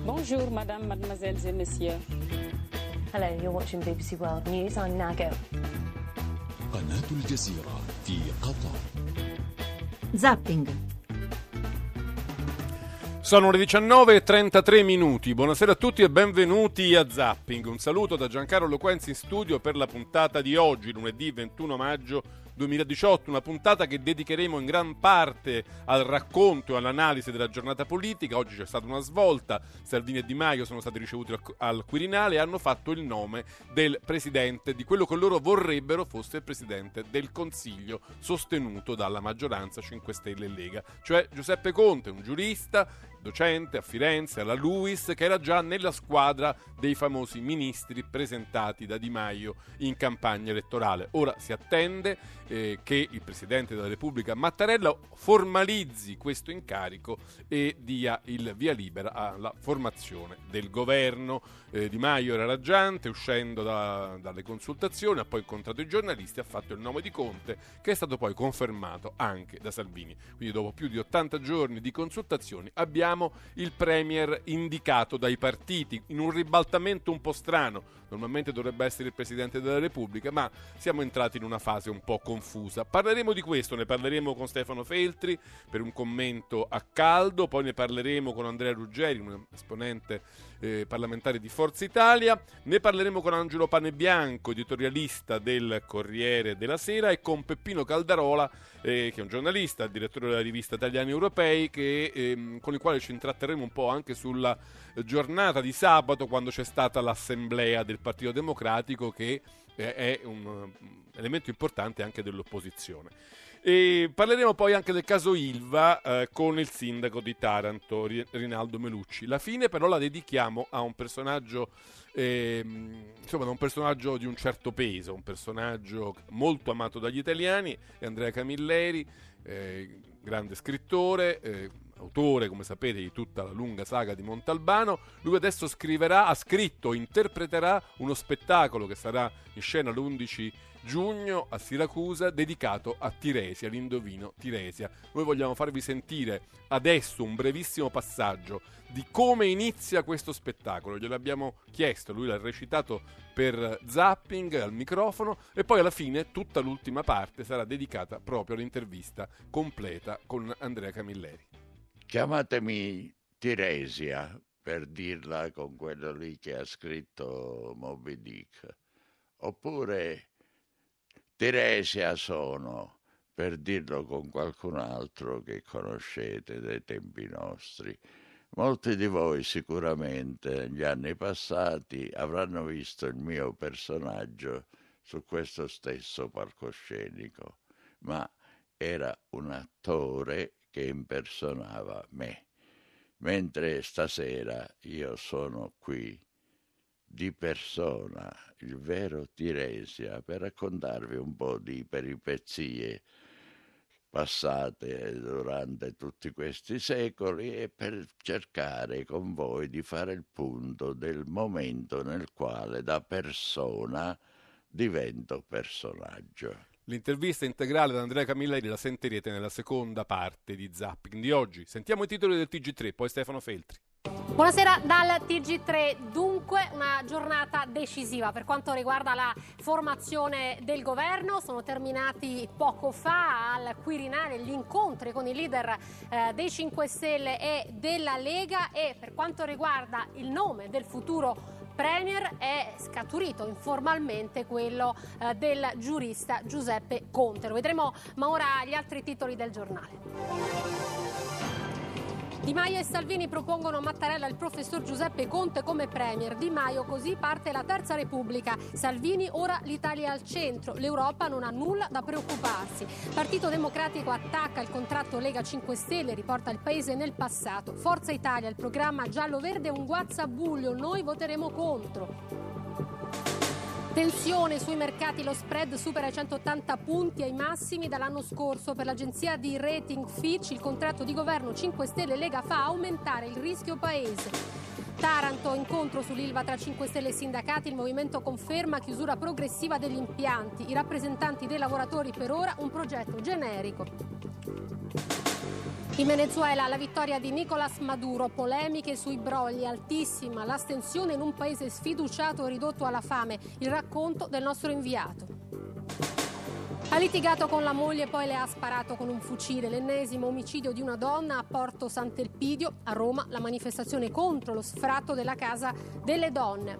Bonjour, madame, mademoiselles et messieurs. Hello, you're watching BBC World News. I'm Nago. قناة الجزيرة في قطر. Zapping. Sono le 19:33 minuti. Buonasera a tutti e benvenuti a Zapping. Un saluto da Giancarlo Loquenzi in studio per la puntata di oggi, lunedì 21 maggio 2018, una puntata che dedicheremo in gran parte al racconto e all'analisi della giornata politica. Oggi c'è stata una svolta, Salvini e Di Maio sono stati ricevuti al Quirinale e hanno fatto il nome del presidente, di quello che loro vorrebbero fosse il presidente del Consiglio sostenuto dalla maggioranza 5 Stelle e Lega, cioè Giuseppe Conte, un giurista, docente a Firenze, alla LUISS, che era già nella squadra dei famosi ministri presentati da Di Maio in campagna elettorale. Ora si attende che il Presidente della Repubblica Mattarella formalizzi questo incarico e dia il via libera alla formazione del governo. Di Maio era raggiante, uscendo dalle consultazioni, ha poi incontrato i giornalisti, ha fatto il nome di Conte, che è stato poi confermato anche da Salvini. Quindi dopo più di 80 giorni di consultazioni abbiamo il Premier indicato dai partiti, in un ribaltamento un po' strano. Normalmente dovrebbe essere il Presidente della Repubblica, ma siamo entrati in una fase un po' confusa. Parleremo di questo, ne parleremo con Stefano Feltri per un commento a caldo, poi ne parleremo con Andrea Ruggeri, un esponente parlamentare di Forza Italia, ne parleremo con Angelo Panebianco, editorialista del Corriere della Sera, e con Peppino Caldarola, che è un giornalista, direttore della rivista Italiani Europei, con il quale ci intratterremo un po' anche sulla giornata di sabato, quando c'è stata l'assemblea del Partito Democratico, che è un elemento importante anche dell'opposizione. E parleremo poi anche del caso Ilva con il sindaco di Taranto, Rinaldo Melucci. La fine però la dedichiamo a un personaggio, insomma, un personaggio di un certo peso, un personaggio molto amato dagli italiani, è Andrea Camilleri, grande scrittore, autore, come sapete, di tutta la lunga saga di Montalbano. Lui adesso ha scritto, interpreterà uno spettacolo che sarà in scena l'11 giugno a Siracusa, dedicato a Tiresia, l'indovino Tiresia. Noi vogliamo farvi sentire adesso un brevissimo passaggio di come inizia questo spettacolo. Gliel'abbiamo chiesto, lui l'ha recitato per Zapping al microfono, e poi alla fine tutta l'ultima parte sarà dedicata proprio all'intervista completa con Andrea Camilleri. Chiamatemi Tiresia, per dirla con quello lì che ha scritto Moby Dick, oppure Tiresia sono, per dirlo con qualcun altro che conoscete dai tempi nostri. Molti di voi sicuramente negli anni passati avranno visto il mio personaggio su questo stesso palcoscenico, ma era un attore che impersonava me, mentre stasera io sono qui di persona, il vero Tiresia, per raccontarvi un po' di peripezie passate durante tutti questi secoli e per cercare con voi di fare il punto del momento nel quale da persona divento personaggio. L'intervista integrale da Andrea Camilleri la sentirete nella seconda parte di Zapping di oggi. Sentiamo i titoli del TG3, poi Stefano Feltri. Buonasera dal TG3. Dunque una giornata decisiva per quanto riguarda la formazione del governo. Sono terminati poco fa al Quirinale gli incontri con i leader dei 5 Stelle e della Lega, e per quanto riguarda il nome del futuro Premier è scaturito informalmente quello del giurista Giuseppe Conte. Lo vedremo, ma ora gli altri titoli del giornale. Di Maio e Salvini propongono a Mattarella il professor Giuseppe Conte come Premier. Di Maio: così parte la Terza Repubblica. Salvini: ora l'Italia al centro. L'Europa non ha nulla da preoccuparsi. Partito Democratico attacca il contratto Lega 5 Stelle, riporta il paese nel passato. Forza Italia: il programma giallo-verde è un guazzabuglio, noi voteremo contro. Tensione sui mercati, lo spread supera i 180 punti, ai massimi dall'anno scorso. Per l'agenzia di rating Fitch il contratto di governo 5 Stelle e Lega fa aumentare il rischio paese. Taranto, incontro sull'Ilva tra 5 Stelle e sindacati, il movimento conferma chiusura progressiva degli impianti. I rappresentanti dei lavoratori: per ora un progetto generico. In Venezuela la vittoria di Nicolás Maduro, polemiche sui brogli, altissima l'astensione in un paese sfiduciato e ridotto alla fame. Il racconto del nostro inviato. Ha litigato con la moglie e poi le ha sparato con un fucile. L'ennesimo omicidio di una donna a Porto Sant'Elpidio. A Roma la manifestazione contro lo sfratto della casa delle donne.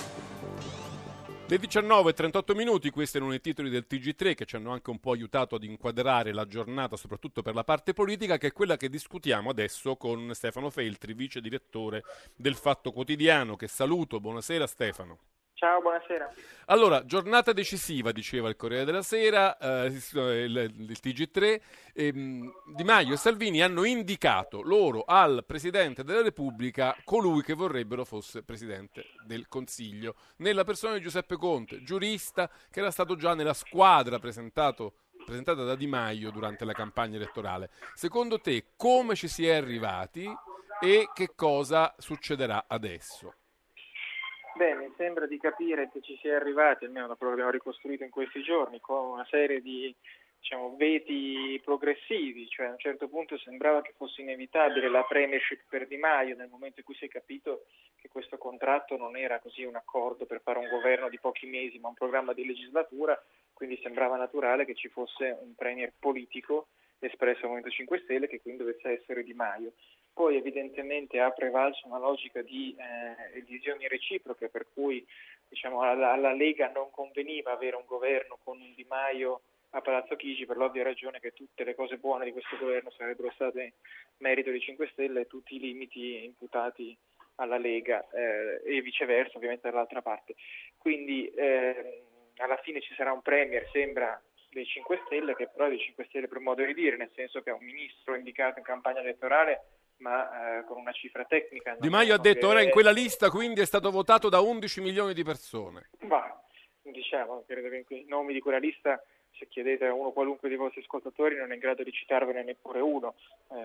Le 19:38, questi erano i titoli del TG3 che ci hanno anche un po' aiutato ad inquadrare la giornata, soprattutto per la parte politica, che è quella che discutiamo adesso con Stefano Feltri, vice direttore del Fatto Quotidiano, che saluto. Buonasera Stefano. Ciao, buonasera. Allora, giornata decisiva, diceva il Corriere della Sera, il TG3, Di Maio e Salvini hanno indicato loro al Presidente della Repubblica colui che vorrebbero fosse Presidente del Consiglio, nella persona di Giuseppe Conte, giurista che era stato già nella squadra presentata da Di Maio durante la campagna elettorale. Secondo te come ci si è arrivati e che cosa succederà adesso? Beh, mi sembra di capire che ci si è arrivati, almeno da quello che abbiamo ricostruito in questi giorni, con una serie di veti progressivi, cioè a un certo punto sembrava che fosse inevitabile la premiership per Di Maio nel momento in cui si è capito che questo contratto non era così un accordo per fare un governo di pochi mesi ma un programma di legislatura, quindi sembrava naturale che ci fosse un premier politico espresso al Movimento 5 Stelle che quindi dovesse essere Di Maio. Poi evidentemente ha prevalso una logica di elisioni reciproche, per cui alla Lega non conveniva avere un governo con un Di Maio a Palazzo Chigi, per l'ovvia ragione che tutte le cose buone di questo governo sarebbero state merito di 5 Stelle e tutti i limiti imputati alla Lega e viceversa ovviamente dall'altra parte. Quindi alla fine ci sarà un premier, sembra, dei 5 Stelle, che però è dei 5 Stelle per modo di dire, nel senso che è un ministro indicato in campagna elettorale ma con una cifra tecnica. Di Maio ha detto ora in quella lista quindi è stato votato da 11 milioni di persone. Ma credo che i nomi di quella lista, se chiedete a uno qualunque dei vostri ascoltatori, non è in grado di citarvene neppure uno.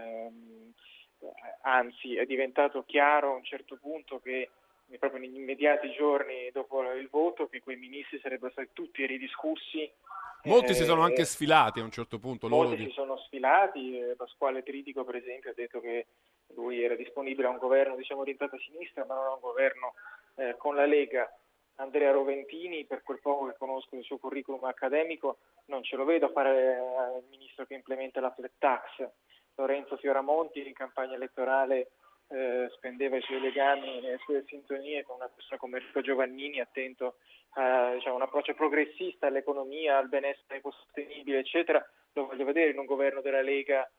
Anzi, è diventato chiaro a un certo punto che proprio negli immediati giorni dopo il voto che quei ministri sarebbero stati tutti ridiscussi. Molti si sono anche sfilati a un certo punto. Molti si sono sfilati. Pasquale Tridico, per esempio, ha detto che lui era disponibile a un governo orientato a sinistra, ma non a un governo con la Lega. Andrea Roventini, per quel poco che conosco del suo curriculum accademico, non ce lo vedo fare il ministro che implementa la flat tax. Lorenzo Fioramonti in campagna elettorale spendeva i suoi legami e le sue sintonie con una persona come Enrico Giovannini, attento a un approccio progressista all'economia, al benessere ecosostenibile, eccetera. Lo voglio vedere in un governo della Lega.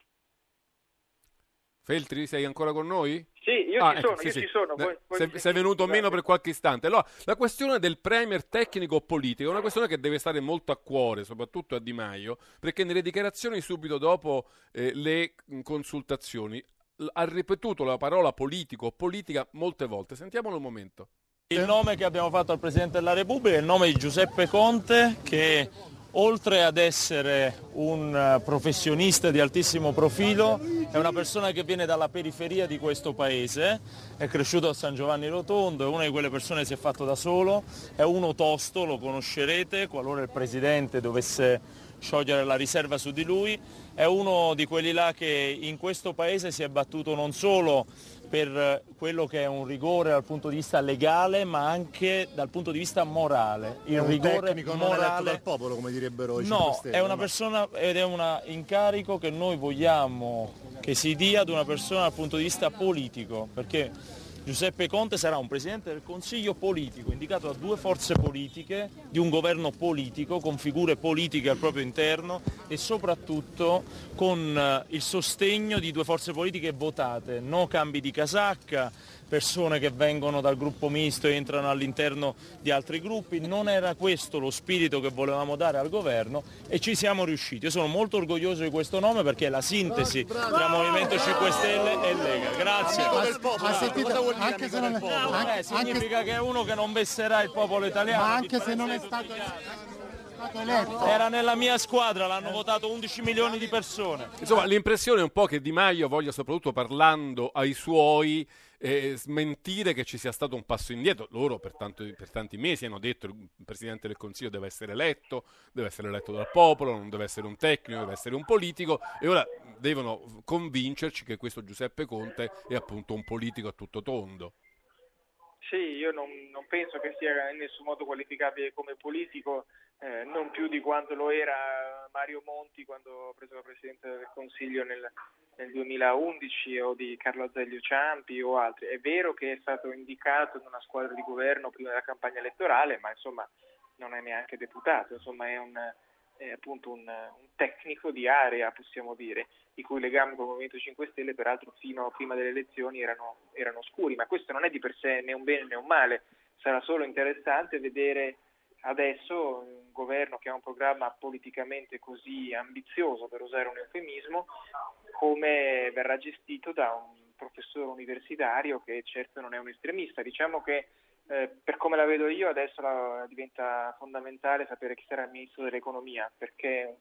Feltri, sei ancora con noi? Sì, io ci sono. Sei venuto meno per qualche istante. Allora, la questione del premier tecnico o politico è una questione che deve stare molto a cuore, soprattutto a Di Maio, perché nelle dichiarazioni subito dopo le consultazioni ha ripetuto la parola politico o politica molte volte. Sentiamolo un momento. Il nome che abbiamo fatto al Presidente della Repubblica è il nome di Giuseppe Conte, che oltre ad essere un professionista di altissimo profilo, è una persona che viene dalla periferia di questo paese, è cresciuto a San Giovanni Rotondo, è una di quelle persone che si è fatto da solo, è uno tosto, lo conoscerete, qualora il Presidente dovesse sciogliere la riserva su di lui, è uno di quelli là che in questo paese si è battuto non solo per quello che è un rigore dal punto di vista legale, ma anche dal punto di vista morale. Il rigore tecnico morale non eletto dal popolo, come direbbero i 5 No, Stelle. è una persona ed è un incarico che noi vogliamo che si dia ad una persona dal punto di vista politico, perché Giuseppe Conte sarà un Presidente del Consiglio politico, indicato da 2 forze politiche, di un governo politico, con figure politiche al proprio interno e soprattutto con il sostegno di 2 forze politiche votate, no cambi di casacca, persone che vengono dal gruppo misto e entrano all'interno di altri gruppi. Non era questo lo spirito che volevamo dare al governo e ci siamo riusciti. Io sono molto orgoglioso di questo nome perché è la sintesi tra Movimento 5 Stelle e Lega. Grazie. Anche se non significa che è uno che non vesserà il popolo italiano. Ma anche se non è stato... Era nella mia squadra, l'hanno votato 11 milioni di persone. Insomma, l'impressione è un po' che Di Maio voglia, soprattutto parlando ai suoi, smentire che ci sia stato un passo indietro. Loro per tanti mesi hanno detto che il Presidente del Consiglio deve essere eletto dal popolo, non deve essere un tecnico, deve essere un politico, e ora devono convincerci che questo Giuseppe Conte è appunto un politico a tutto tondo. Sì, io non penso che sia in nessun modo qualificabile come politico, non più di quanto lo era Mario Monti quando ha preso la Presidenza del Consiglio nel 2011, o di Carlo Azeglio Ciampi o altri. È vero che è stato indicato in una squadra di governo prima della campagna elettorale, ma insomma non è neanche deputato, insomma è appunto un tecnico di area, possiamo dire, i cui legami con il Movimento 5 Stelle peraltro fino a prima delle elezioni erano oscuri, ma questo non è di per sé né un bene né un male. Sarà solo interessante vedere adesso un governo che ha un programma politicamente così ambizioso, per usare un eufemismo, come verrà gestito da un professore universitario che certo non è un estremista. Diciamo che per come la vedo io adesso diventa fondamentale sapere chi sarà il ministro dell'economia, perché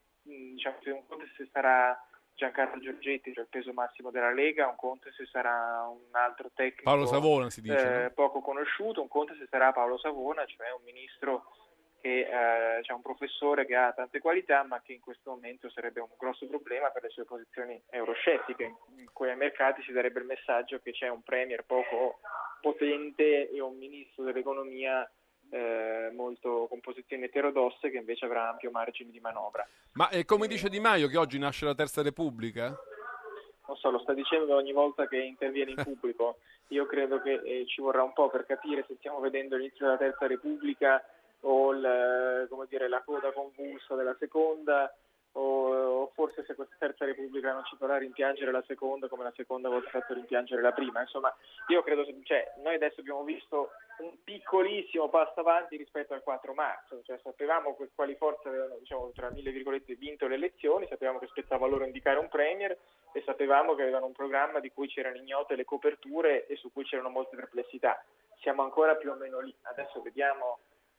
un conto se sarà Giancarlo Giorgetti, cioè il peso massimo della Lega, un conto se sarà un altro tecnico Paolo Savona si dice, no? Poco conosciuto, un conto se sarà Paolo Savona, cioè un ministro che c'è un professore che ha tante qualità, ma che in questo momento sarebbe un grosso problema per le sue posizioni euroscettiche, in cui ai mercati si darebbe il messaggio che c'è un premier poco potente e un ministro dell'economia molto con posizioni eterodosse, che invece avrà ampio margine di manovra. Ma come dice Di Maio che oggi nasce la Terza Repubblica? Non so, lo sta dicendo ogni volta che interviene in pubblico. Io credo che ci vorrà un po' per capire se stiamo vedendo l'inizio della Terza Repubblica o la coda convulsa della seconda, o forse se questa Terza Repubblica non ci farà rimpiangere la seconda come la seconda volta ha fatto rimpiangere la prima. Insomma, io credo noi adesso abbiamo visto un piccolissimo passo avanti rispetto al 4 marzo, cioè sapevamo quali forze avevano, tra mille virgolette, vinto le elezioni, sapevamo che spettava loro indicare un premier e sapevamo che avevano un programma di cui c'erano ignote le coperture e su cui c'erano molte perplessità. Siamo ancora più o meno lì. Adesso vediamo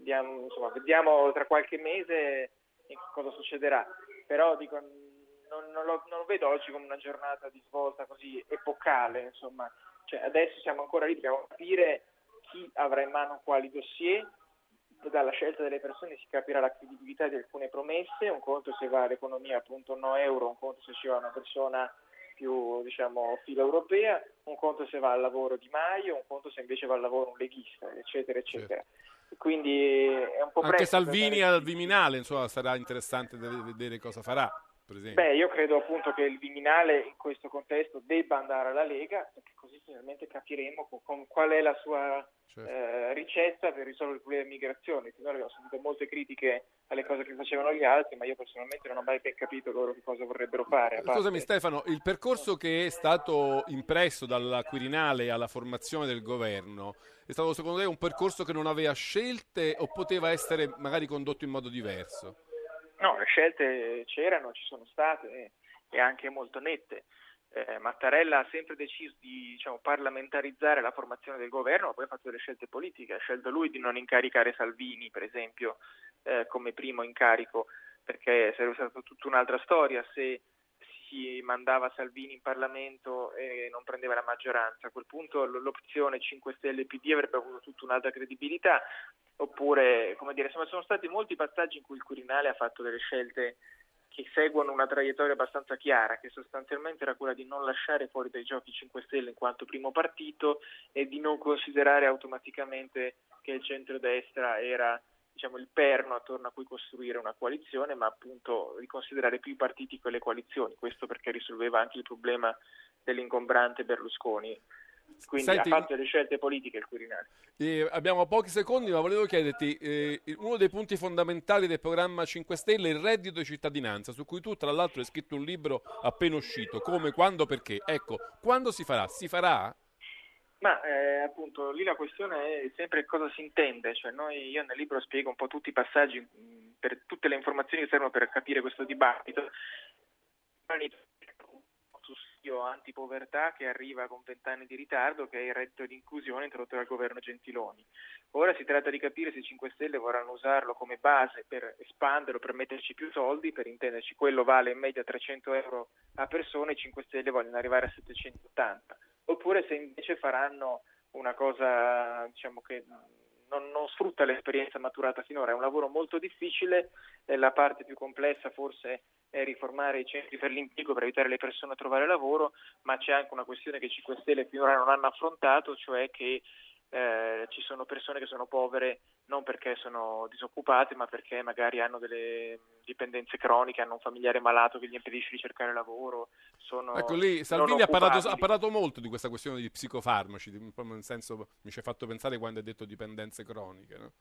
tra qualche mese cosa succederà. Però non lo vedo oggi come una giornata di svolta così epocale, insomma. Adesso siamo ancora lì, dobbiamo capire chi avrà in mano quali dossier. Dalla scelta delle persone si capirà la credibilità di alcune promesse. Un conto se va all'economia appunto no euro, un conto se ci va una persona più filo europea, un conto se va al lavoro Di Maio, un conto se invece va al lavoro un leghista, eccetera eccetera. Quindi è un po' anche presto. Salvini al Viminale, insomma, sarà interessante vedere cosa farà, per esempio. Io credo appunto che il Viminale in questo contesto debba andare alla Lega, perché così finalmente capiremo qual è la sua ricetta per risolvere il problema dell'immigrazione. Finora abbiamo sentito molte critiche alle cose che facevano gli altri, ma io personalmente non ho mai ben capito loro che cosa vorrebbero fare. Scusami Stefano, il percorso che è stato impresso dalla Quirinale alla formazione del governo è stato secondo te un percorso che non aveva scelte o poteva essere magari condotto in modo diverso? No, le scelte c'erano, ci sono state e anche molto nette. Mattarella ha sempre deciso di parlamentarizzare la formazione del governo, ma poi ha fatto delle scelte politiche. Ha scelto lui di non incaricare Salvini, per esempio, come primo incarico, perché sarebbe stata tutta un'altra storia se si mandava Salvini in Parlamento e non prendeva la maggioranza. A quel punto l'opzione 5 Stelle e PD avrebbe avuto tutta un'altra credibilità. Oppure, sono stati molti passaggi in cui il Quirinale ha fatto delle scelte che seguono una traiettoria abbastanza chiara, che sostanzialmente era quella di non lasciare fuori dai giochi 5 Stelle in quanto primo partito e di non considerare automaticamente che il centrodestra era il perno attorno a cui costruire una coalizione, ma appunto di considerare più i partiti che le coalizioni. Questo perché risolveva anche il problema dell'ingombrante Berlusconi. Quindi Senti, ha fatto le scelte politiche il Quirinale. Abbiamo pochi secondi, ma volevo chiederti uno dei punti fondamentali del programma 5 Stelle è il reddito di cittadinanza, su cui tu tra l'altro hai scritto un libro appena uscito, come, quando, perché. Ecco, quando si farà? Si farà? Ma appunto lì la questione è sempre cosa si intende, io nel libro spiego un po' tutti i passaggi per tutte le informazioni che servono per capire questo dibattito. avvio antipovertà che arriva con 20 anni di ritardo, che è il reddito di inclusione introdotto dal governo Gentiloni. Ora si tratta di capire se i 5 Stelle vorranno usarlo come base per espanderlo, per metterci più soldi, per intenderci quello vale in media 300 euro a persona, i 5 Stelle vogliono arrivare a 780, oppure se invece faranno una cosa, diciamo, che non sfrutta l'esperienza maturata finora. È un lavoro molto difficile, la parte più complessa forse è riformare i centri per l'impiego per aiutare le persone a trovare lavoro, ma c'è anche una questione che i 5 Stelle finora non hanno affrontato, cioè che ci sono persone che sono povere non perché sono disoccupate, ma perché magari hanno delle dipendenze croniche, hanno un familiare malato che gli impedisce di cercare lavoro. Ecco, lì Salvini ha parlato molto di questa questione degli psicofarmaci, nel senso, mi ci ha fatto pensare quando ha detto dipendenze croniche, no?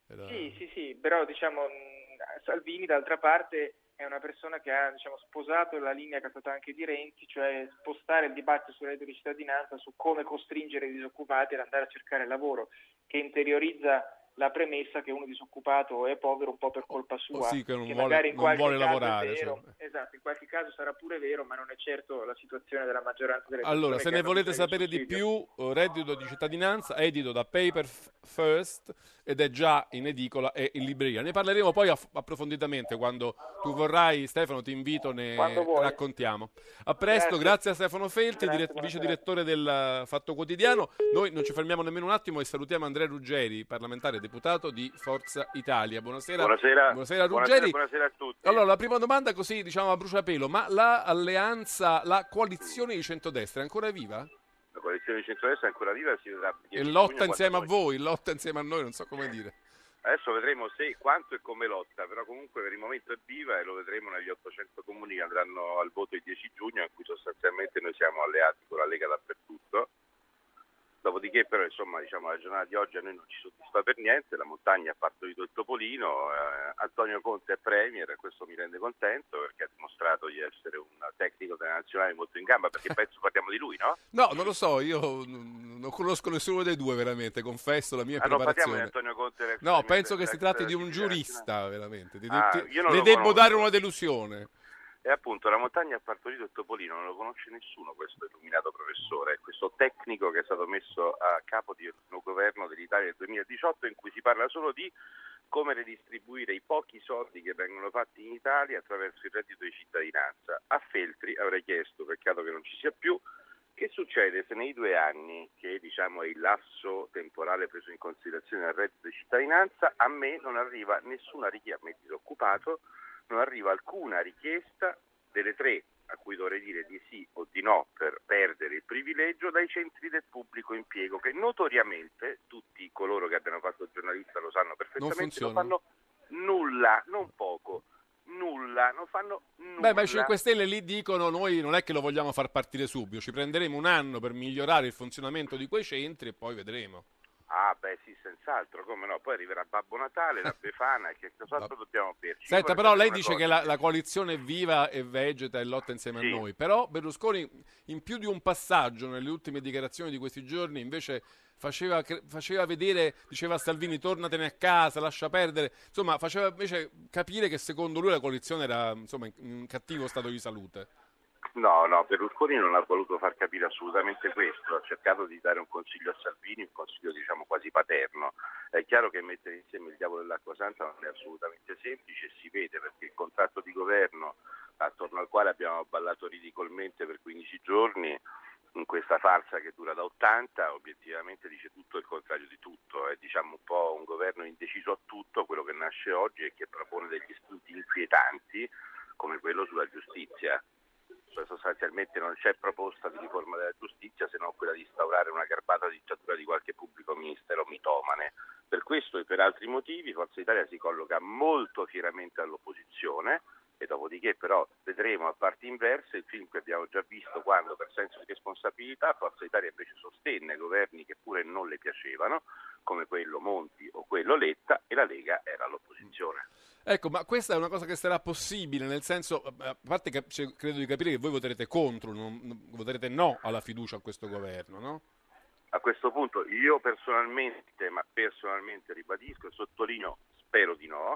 Sì, però diciamo Salvini d'altra parte è una persona che ha, diciamo, sposato la linea che è stata anche di Renzi, cioè spostare il dibattito sul reddito di cittadinanza su come costringere i disoccupati ad andare a cercare lavoro, che interiorizza la premessa che uno disoccupato è povero un po' per colpa sua, sì, che non magari vuole lavorare. Vero, esatto, in qualche caso sarà pure vero, ma non è certo la situazione della maggioranza delle persone. Allora, se ne volete sapere di più, reddito di cittadinanza, edito da Paper First ed è già in edicola e in libreria. Ne parleremo poi approfonditamente quando tu vorrai, Stefano, ti invito, ne raccontiamo. A presto, grazie a Stefano Felti, vice direttore del Fatto Quotidiano. Noi non ci fermiamo nemmeno un attimo e salutiamo Andrea Ruggeri, parlamentare deputato di Forza Italia. Buonasera Ruggeri. Buonasera a tutti. Allora, la prima domanda così, diciamo, a bruciapelo, ma l'alleanza, la coalizione di centrodestra è ancora viva? La coalizione di centrodestra è ancora viva, si vedrà e lotta insieme a voi, lotta insieme a noi, non so come dire. Adesso vedremo se, quanto e come lotta, però comunque per il momento è viva e lo vedremo negli 800 comuni che andranno al voto il 10 giugno, in cui sostanzialmente noi siamo alleati con la Lega dappertutto. Dopodiché però, insomma, diciamo, la giornata di oggi a noi non ci soddisfa per niente, la montagna ha partorito il topolino, Antonio Conte è premier e questo mi rende contento perché ha dimostrato di essere un tecnico della nazionale molto in gamba, perché penso parliamo di lui, no? No, non lo so, io non conosco nessuno dei due veramente, confesso la mia preparazione. Non parliamo di Antonio Conte? No, penso che si tratti di un giurista, veramente. Le devo dare una delusione. E appunto la montagna ha partorito il topolino, non lo conosce nessuno questo illuminato professore, questo tecnico che è stato messo a capo di un governo dell'Italia del 2018 in cui si parla solo di come redistribuire i pochi soldi che vengono fatti in Italia attraverso il reddito di cittadinanza. A Feltri avrei chiesto, peccato che non ci sia più, che succede se nei 2 anni, che diciamo è il lasso temporale preso in considerazione dal reddito di cittadinanza, a me non arriva nessuna richiesta, a me disoccupato, non arriva alcuna richiesta delle 3 a cui dovrei dire di sì o di no per perdere il privilegio dai centri del pubblico impiego, che notoriamente tutti coloro che abbiano fatto il giornalista lo sanno perfettamente, non fanno nulla, non poco, nulla, non fanno nulla. Ma i 5 Stelle lì dicono noi non è che lo vogliamo far partire subito, ci prenderemo un anno per migliorare il funzionamento di quei centri e poi vedremo. Ah beh sì, senz'altro, come no, poi arriverà Babbo Natale, la Befana, che cos'altro dobbiamo berci? Senta, però lei dice che la coalizione è viva e vegeta e lotta insieme a noi, però Berlusconi in più di un passaggio nelle ultime dichiarazioni di questi giorni invece faceva vedere, diceva a Salvini tornatene a casa, lascia perdere, insomma faceva invece capire che secondo lui la coalizione era, insomma, in cattivo stato di salute. No, Berlusconi non ha voluto far capire assolutamente questo, ha cercato di dare un consiglio a Salvini, un consiglio diciamo quasi paterno. È chiaro che mettere insieme il diavolo e l'acqua santa non è assolutamente semplice, si vede perché il contratto di governo attorno al quale abbiamo ballato ridicolmente per 15 giorni, in questa farsa che dura da 80, obiettivamente dice tutto il contrario di tutto, è diciamo un po' un governo indeciso a tutto, quello che nasce oggi e che propone degli spunti inquietanti come quello sulla giustizia. Sostanzialmente non c'è proposta di riforma della giustizia se non quella di instaurare una garbata dittatura di qualche pubblico ministero mitomane. Per questo e per altri motivi Forza Italia si colloca molto fieramente all'opposizione e dopodiché però vedremo a parti inverse il film che abbiamo già visto quando per senso di responsabilità Forza Italia invece sostenne governi che pure non le piacevano come quello Monti o quello Letta e la Lega era all'opposizione. Ecco, ma questa è una cosa che sarà possibile, nel senso, a parte che credo di capire che voi voterete contro, voterete no alla fiducia a questo governo, no? A questo punto io personalmente ribadisco e sottolineo, spero di no,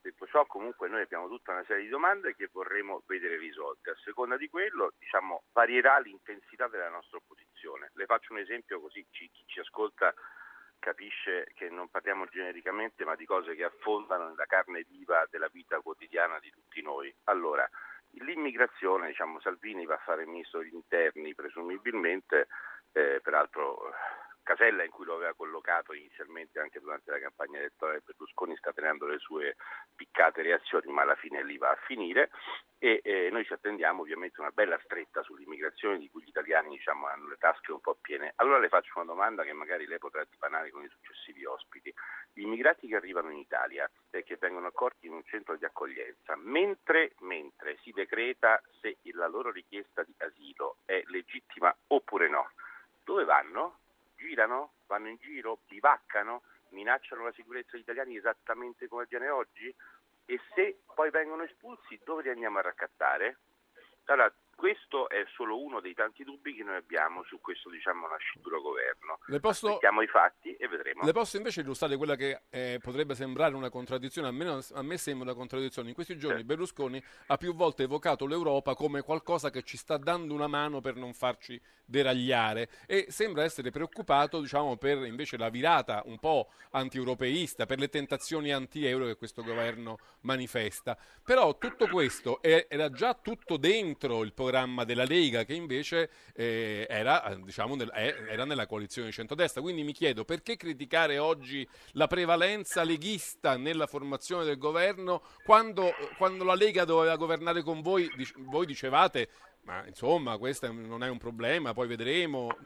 Detto ciò, comunque noi abbiamo tutta una serie di domande che vorremmo vedere risolte. A seconda di quello, varierà l'intensità della nostra opposizione. Le faccio un esempio così chi ci ascolta capisce che non parliamo genericamente, ma di cose che affondano nella carne viva della vita quotidiana di tutti noi. Allora, l'immigrazione, Salvini va a fare il ministro degli interni presumibilmente, peraltro casella in cui lo aveva collocato inizialmente anche durante la campagna elettorale Berlusconi, scatenando le sue piccate reazioni, ma alla fine lì va a finire e noi ci attendiamo ovviamente una bella stretta sull'immigrazione di cui gli italiani hanno le tasche un po' piene. Allora le faccio una domanda che magari lei potrà dipanare con i successivi ospiti. Gli immigrati che arrivano in Italia e che vengono accolti in un centro di accoglienza, mentre si decreta se la loro richiesta di asilo è legittima oppure no, dove vanno? Girano? Vanno in giro? Bivaccano? Minacciano la sicurezza degli italiani esattamente come avviene oggi? E se poi vengono espulsi, dove li andiamo a raccattare? Allora, questo è solo uno dei tanti dubbi che noi abbiamo su questo, nascituro governo. Aspettiamo i fatti e vedremo. Le posso invece illustrare quella che potrebbe sembrare una contraddizione, almeno a me sembra una contraddizione. In questi giorni Berlusconi ha più volte evocato l'Europa come qualcosa che ci sta dando una mano per non farci deragliare e sembra essere preoccupato, per invece la virata un po' anti-europeista, per le tentazioni anti-euro che questo governo manifesta. Però tutto questo era già tutto dentro il programma della Lega, che invece era nella coalizione di centrodestra. Quindi mi chiedo perché criticare oggi la prevalenza leghista nella formazione del governo quando la Lega doveva governare con voi, voi dicevate ma insomma questo non è un problema, poi vedremo.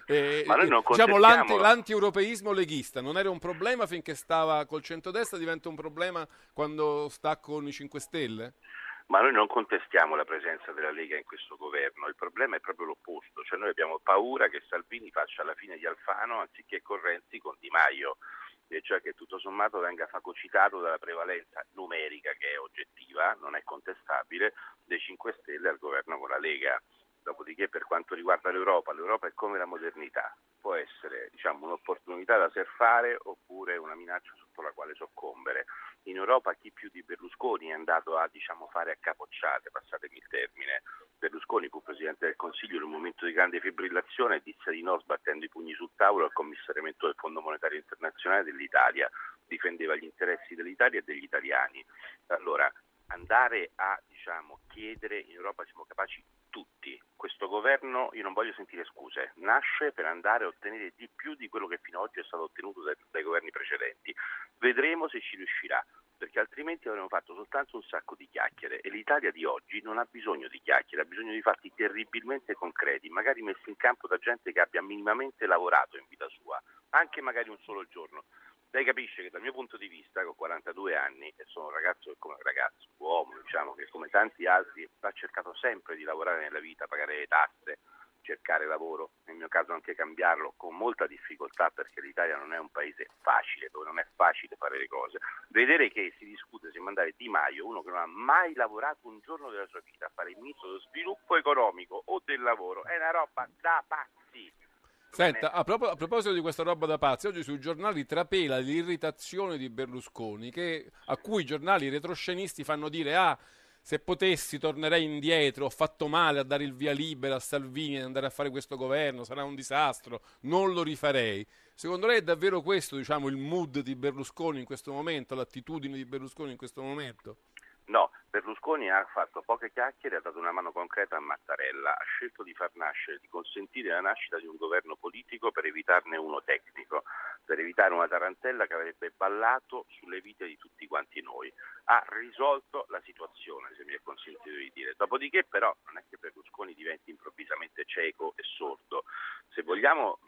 Ma noi non contestiamo. L'anti-europeismo leghista non era un problema finché stava col centrodestra, diventa un problema quando sta con i 5 Stelle? Ma noi non contestiamo la presenza della Lega in questo governo, il problema è proprio l'opposto, noi abbiamo paura che Salvini faccia la fine di Alfano anziché con Renzi con Di Maio, e cioè che tutto sommato venga fagocitato dalla prevalenza numerica che è oggettiva, non è contestabile, dei 5 Stelle al governo con la Lega. Dopodiché per quanto riguarda l'Europa è come la modernità, può essere un'opportunità da surfare oppure una minaccia sotto la quale soccombere. In Europa chi più di Berlusconi è andato a fare a capocciate, passatemi il termine. Berlusconi fu Presidente del Consiglio in un momento di grande fibrillazione e disse di no sbattendo i pugni sul tavolo al commissariamento del Fondo Monetario Internazionale dell'Italia, difendeva gli interessi dell'Italia e degli italiani. Allora, andare a chiedere in Europa siamo capaci tutti. Questo governo, io non voglio sentire scuse, nasce per andare a ottenere di più di quello che fino ad oggi è stato ottenuto dai governi precedenti. Vedremo se ci riuscirà, perché altrimenti avremo fatto soltanto un sacco di chiacchiere e l'Italia di oggi non ha bisogno di chiacchiere, ha bisogno di fatti terribilmente concreti, magari messi in campo da gente che abbia minimamente lavorato in vita sua, anche magari un solo giorno. Lei capisce che dal mio punto di vista, con 42 anni, e sono un ragazzo che come ragazzo, uomo, che come tanti altri ha cercato sempre di lavorare nella vita, pagare le tasse, cercare lavoro, nel mio caso anche cambiarlo, con molta difficoltà perché l'Italia non è un paese facile, dove non è facile fare le cose. Vedere che si discute se mandare Di Maio, uno che non ha mai lavorato un giorno della sua vita, a fare il ministro dello sviluppo economico o del lavoro, è una roba da pazzi. Senta, a proposito di questa roba da pazzi, oggi sui giornali trapela l'irritazione di Berlusconi, a cui i giornali retroscenisti fanno dire se potessi tornerei indietro, ho fatto male a dare il via libera a Salvini e andare a fare questo governo, sarà un disastro, non lo rifarei. Secondo lei è davvero questo il mood di Berlusconi in questo momento, l'attitudine di Berlusconi in questo momento? No, Berlusconi ha fatto poche chiacchiere, ha dato una mano concreta a Mattarella, ha scelto di far nascere, di consentire la nascita di un governo politico per evitarne uno tecnico, per evitare una tarantella che avrebbe ballato sulle vite di tutti quanti noi. Ha risolto la situazione, se mi è consentito di dire. Dopodiché però non è che Berlusconi diventi improvvisamente cieco e sordo. Se vogliamo,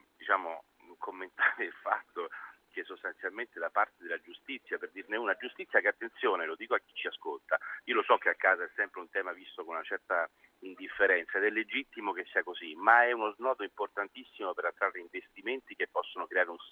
commentare il fatto che sostanzialmente da parte della giustizia, per dirne una giustizia che, attenzione, lo dico a chi ci ascolta, io lo so che a casa è sempre un tema visto con una certa indifferenza ed è legittimo che sia così, ma è uno snodo importantissimo per attrarre investimenti che possono creare un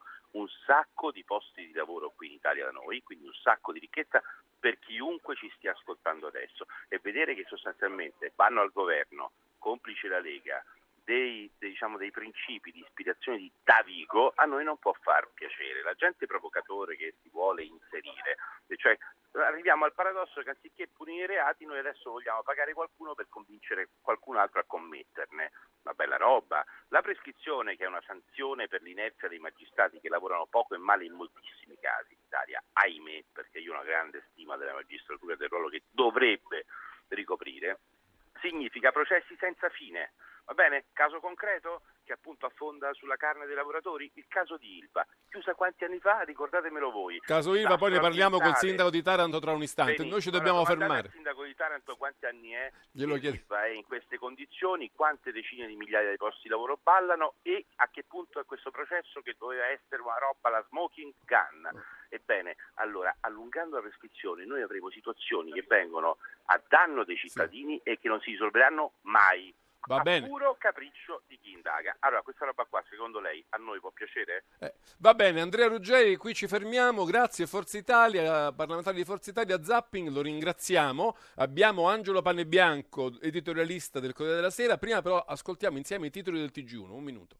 sacco di posti di lavoro qui in Italia da noi, quindi un sacco di ricchezza per chiunque ci stia ascoltando adesso, e vedere che sostanzialmente vanno al governo, complice la Lega, dei principi di ispirazione di Davigo, a noi non può far piacere. La gente provocatore che si vuole inserire, cioè arriviamo al paradosso che anziché punire i reati noi adesso vogliamo pagare qualcuno per convincere qualcun altro a commetterne. Una bella roba. La prescrizione, che è una sanzione per l'inerzia dei magistrati che lavorano poco e male in moltissimi casi in Italia, ahimè, perché io ho una grande stima della magistratura e del ruolo che dovrebbe ricoprire, significa processi senza fine. Va bene? Caso concreto che appunto affonda sulla carne dei lavoratori, il caso di Ilva, chiusa quanti anni fa? Ricordatemelo voi. Caso Ilva, poi ne parliamo col sindaco di Taranto tra un istante. Benissimo. Noi ci dobbiamo fermare. Il sindaco di Taranto quanti anni è? Glielo chiedo. Ilva è in queste condizioni, quante decine di migliaia di posti di lavoro ballano e a che punto è questo processo che doveva essere una roba, la smoking gun. Ebbene, allora, allungando la prescrizione noi avremo situazioni che vengono a danno dei cittadini e che non si risolveranno mai. Va bene. Puro capriccio di chi indaga. Allora, questa roba qua, secondo lei, a noi può piacere? Va bene, Andrea Ruggeri, qui ci fermiamo. Grazie Forza Italia, parlamentari di Forza Italia, Zapping, lo ringraziamo. Abbiamo Angelo Panebianco, editorialista del Corriere della Sera. Prima però ascoltiamo insieme i titoli del TG1. Un minuto.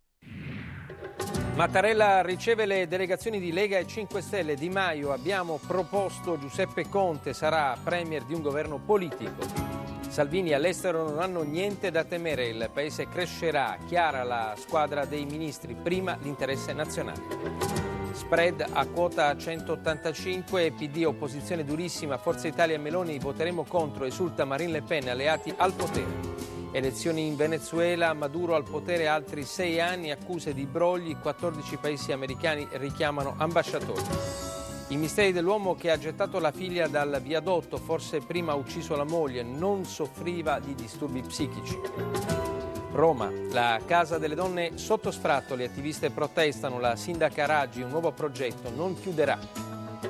Mattarella riceve le delegazioni di Lega e 5 Stelle. Di Maio: abbiamo proposto Giuseppe Conte, sarà premier di un governo politico. Salvini: all'estero non hanno niente da temere, il paese crescerà. Chiara la squadra dei ministri, prima l'interesse nazionale. Spread a quota 185, PD opposizione durissima, Forza Italia e Meloni voteremo contro, esulta Marine Le Pen, alleati al potere. Elezioni in Venezuela, Maduro al potere altri 6 anni, accuse di brogli, 14 paesi americani richiamano ambasciatori. I misteri dell'uomo che ha gettato la figlia dal viadotto, forse prima ha ucciso la moglie, non soffriva di disturbi psichici. Roma, la casa delle donne sotto sfratto, le attiviste protestano, la sindaca Raggi, un nuovo progetto, non chiuderà.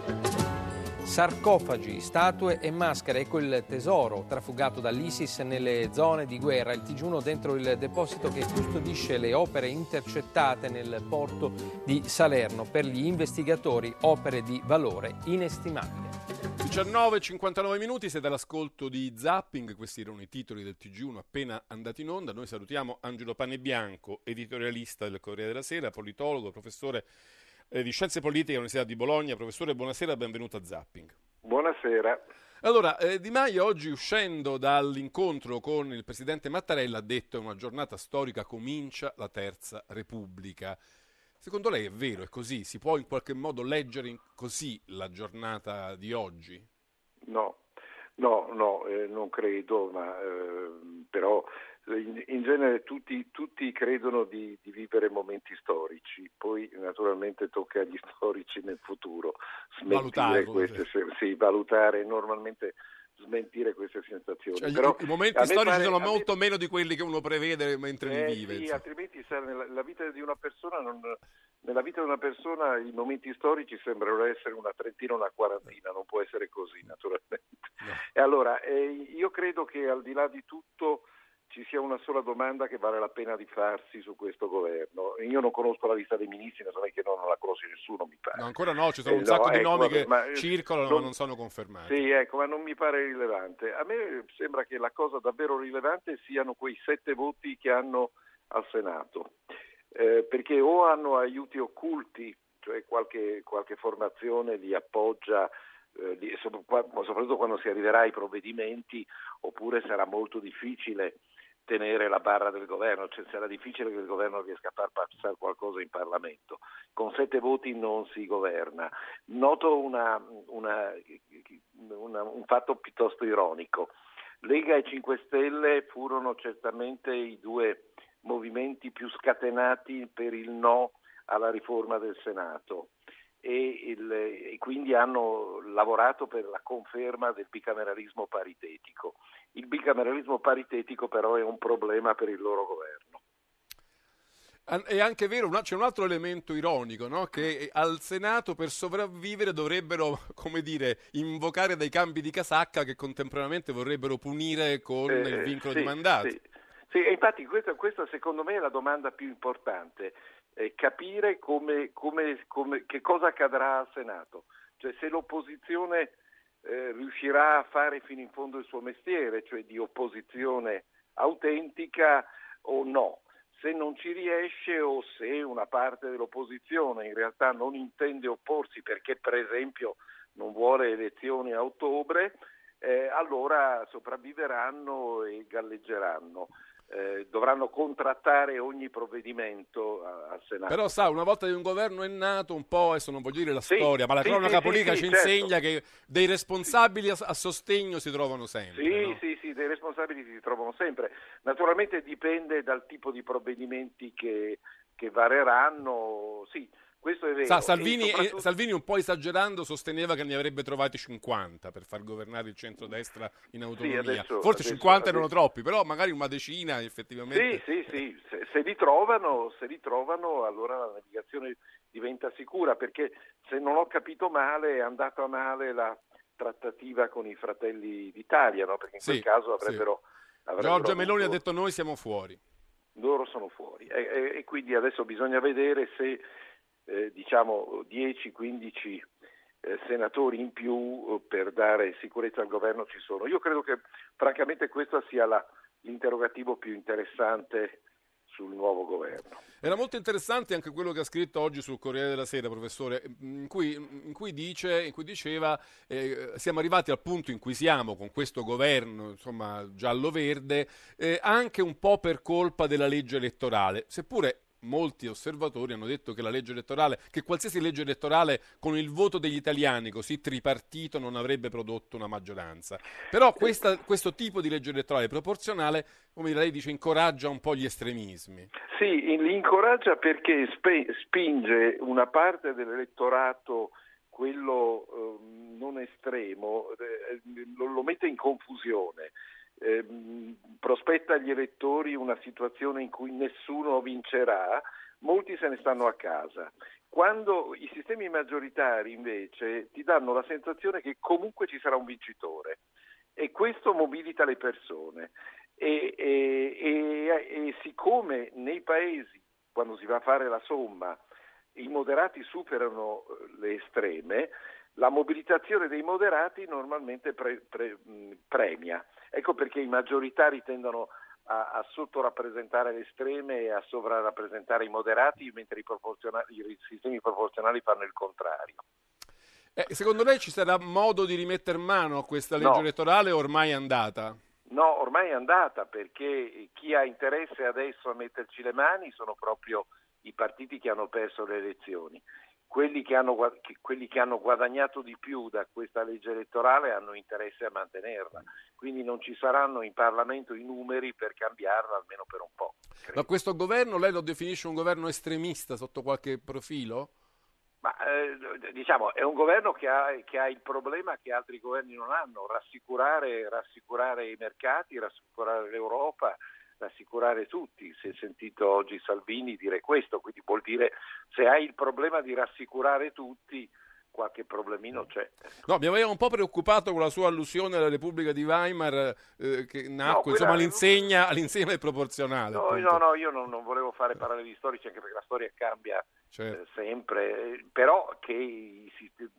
Sarcofagi, statue e maschere, ecco il tesoro trafugato dall'ISIS nelle zone di guerra. Il TG1 dentro il deposito che custodisce le opere intercettate nel porto di Salerno. Per gli investigatori opere di valore inestimabile. 19:59 minuti, siete all'ascolto di Zapping, questi erano i titoli del TG1 appena andati in onda. Noi salutiamo Angelo Panebianco, editorialista del Corriere della Sera, politologo, professore di Scienze Politiche all'Università di Bologna. Professore, buonasera, benvenuto a Zapping. Buonasera. Allora, Di Maio oggi, uscendo dall'incontro con il presidente Mattarella, ha detto: è una giornata storica, comincia la Terza Repubblica. Secondo lei è vero, è così? Si può in qualche modo leggere così la giornata di oggi? No, non credo, ma però in genere tutti credono di vivere momenti storici, poi naturalmente tocca agli storici nel futuro smentire valutare, normalmente smentire queste sensazioni. Cioè, però i momenti storici sono molto meno di quelli che uno prevede mentre li vive. Sì, altrimenti nella vita di una persona nella vita di una persona i momenti storici sembrano essere una trentina o una quarantina, non può essere così naturalmente. No. E allora io credo che al di là di tutto ci sia una sola domanda che vale la pena di farsi su questo governo. Io non conosco la lista dei ministri, non so che non la conosce nessuno, mi pare. No, ancora no, ci sono un sacco di nomi che circolano ma non sono confermati. Sì, ecco, ma non mi pare rilevante. A me sembra che la cosa davvero rilevante siano quei 7 voti che hanno al Senato, perché o hanno aiuti occulti, cioè qualche formazione li appoggia, soprattutto quando si arriverà ai provvedimenti, oppure sarà molto difficile tenere la barra del governo, cioè sarà difficile che il governo riesca a far passare qualcosa in Parlamento. Con 7 voti non si governa. Noto un fatto piuttosto ironico. Lega e 5 Stelle furono certamente i 2 movimenti più scatenati per il no alla riforma del Senato e quindi hanno lavorato per la conferma del bicameralismo paritetico. Il bicameralismo paritetico però è un problema per il loro governo. È anche vero, c'è un altro elemento ironico, no? Che al Senato per sopravvivere dovrebbero, come dire, invocare dei cambi di casacca che contemporaneamente vorrebbero punire con il vincolo di mandato. Sì, e infatti questa secondo me è la domanda più importante, capire che cosa accadrà al Senato, cioè se l'opposizione riuscirà a fare fino in fondo il suo mestiere, cioè di opposizione autentica o no. Se non ci riesce o se una parte dell'opposizione in realtà non intende opporsi perché per esempio non vuole elezioni a ottobre, allora sopravviveranno e galleggeranno. Dovranno contrattare ogni provvedimento al Senato. Però sa, una volta che un governo è nato, un po', adesso non voglio dire la storia, ma la cronaca politica ci insegna che dei responsabili a sostegno si trovano sempre. Sì, dei responsabili si trovano sempre. Naturalmente dipende dal tipo di provvedimenti che vareranno, sì. Questo è vero. Sa, Salvini un po' esagerando sosteneva che ne avrebbe trovati 50 per far governare il centrodestra in autonomia. Forse 50 erano troppi, però magari una decina effettivamente. Sì. Se li trovano, allora la navigazione diventa sicura, perché se non ho capito male è andata male la trattativa con i Fratelli d'Italia, no? Perché in quel caso avrebbero Giorgia Meloni ha detto noi siamo fuori. Loro sono fuori e quindi adesso bisogna vedere se 10-15 senatori in più per dare sicurezza al governo ci sono. Io credo che francamente questo sia l'interrogativo più interessante sul nuovo governo. Era molto interessante anche quello che ha scritto oggi sul Corriere della Sera, professore, in cui diceva siamo arrivati al punto in cui siamo con questo governo, insomma, giallo-verde, anche un po' per colpa della legge elettorale, seppure molti osservatori hanno detto che la legge elettorale, che qualsiasi legge elettorale con il voto degli italiani così tripartito non avrebbe prodotto una maggioranza. Però questo tipo di legge elettorale proporzionale, come lei dice, incoraggia un po' gli estremismi. Sì, li incoraggia perché spinge una parte dell'elettorato, quello non estremo, lo mette in confusione. Prospetta agli elettori una situazione in cui nessuno vincerà, molti se ne stanno a casa. Quando i sistemi maggioritari invece ti danno la sensazione che comunque ci sarà un vincitore e questo mobilita le persone e siccome nei paesi, quando si va a fare la somma, i moderati superano le estreme, la mobilitazione dei moderati normalmente premia. Ecco perché i maggioritari tendono a sottorappresentare le estreme e a sovrarappresentare i moderati, mentre i sistemi proporzionali fanno il contrario. Secondo lei ci sarà modo di rimettere mano a questa legge elettorale o ormai è andata? No, ormai è andata, perché chi ha interesse adesso a metterci le mani sono proprio i partiti che hanno perso le elezioni. Quelli che hanno guadagnato di più da questa legge elettorale hanno interesse a mantenerla, quindi non ci saranno in Parlamento i numeri per cambiarla, almeno per un po'. Credo. Ma questo governo lei lo definisce un governo estremista sotto qualche profilo? Ma è un governo che ha il problema che altri governi non hanno: rassicurare i mercati, rassicurare l'Europa, rassicurare tutti. Si è sentito oggi Salvini dire questo, quindi vuol dire, se hai il problema di rassicurare tutti, qualche problemino c'è. No, mi aveva un po' preoccupato con la sua allusione alla Repubblica di Weimar, che nacque all'insegna del proporzionale. No, io non volevo fare paralleli storici, anche perché la storia cambia sempre, però il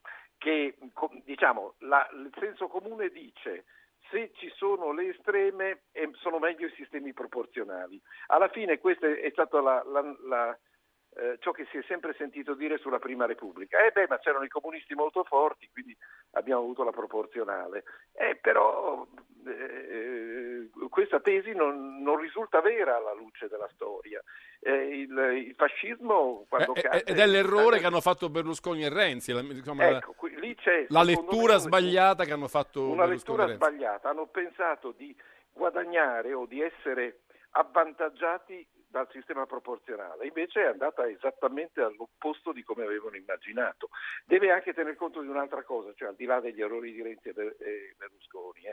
senso comune dice: se ci sono le estreme sono meglio i sistemi proporzionali. Alla fine questo è stato ciò che si è sempre sentito dire sulla Prima Repubblica. Ma c'erano i comunisti molto forti, quindi abbiamo avuto la proporzionale. Però questa tesi non risulta vera alla luce della storia. Il fascismo, quando cade... Ed è l'errore che hanno fatto Berlusconi e Renzi, lì c'è la lettura sbagliata che hanno fatto una Berlusconi lettura sbagliata. Hanno pensato di guadagnare o di essere avvantaggiati dal sistema proporzionale, invece è andata esattamente all'opposto di come avevano immaginato. Deve anche tener conto di un'altra cosa, cioè al di là degli errori di Renzi e Berlusconi,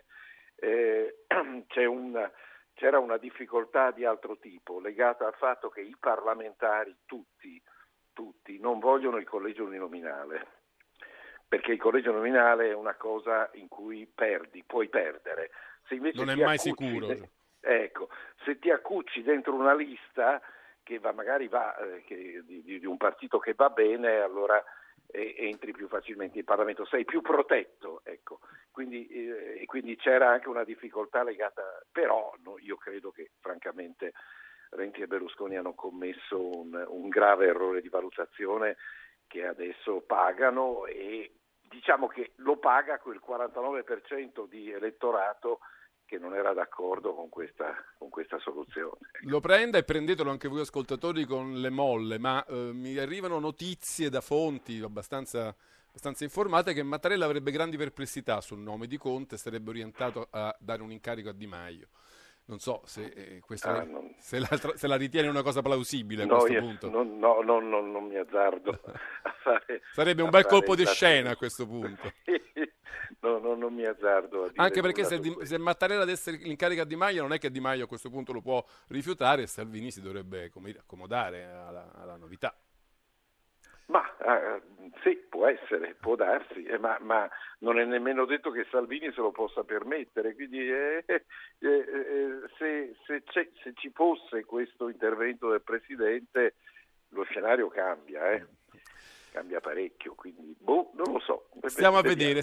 c'era una difficoltà di altro tipo, legata al fatto che i parlamentari tutti non vogliono il collegio uninominale, perché il collegio uninominale è una cosa in cui puoi perdere. Se invece non è mai sicuro. Ecco, se ti accucci dentro una lista che di un partito che va bene, allora entri più facilmente in Parlamento, sei più protetto, ecco. Quindi c'era anche una difficoltà legata, però io credo che francamente Renzi e Berlusconi hanno commesso un grave errore di valutazione che adesso pagano, e diciamo che lo paga quel 49% di elettorato che non era d'accordo con questa soluzione. Lo prenda e prendetelo anche voi ascoltatori con le molle, ma mi arrivano notizie da fonti abbastanza informate che Mattarella avrebbe grandi perplessità sul nome di Conte, sarebbe orientato a dare un incarico a Di Maio. Non so se se la ritiene una cosa plausibile a questo punto. Non mi azzardo a fare. Sarebbe un bel colpo di scena a questo punto. Non mi azzardo a dire. Anche perché se Mattarella desse l'incarico a Di Maio, non è che Di Maio a questo punto lo può rifiutare e Salvini si dovrebbe accomodare alla novità. Ma sì, può essere, può darsi, ma non è nemmeno detto che Salvini se lo possa permettere, quindi se ci fosse questo intervento del Presidente lo scenario cambia, cambia parecchio, quindi non lo so. Stiamo a vedere.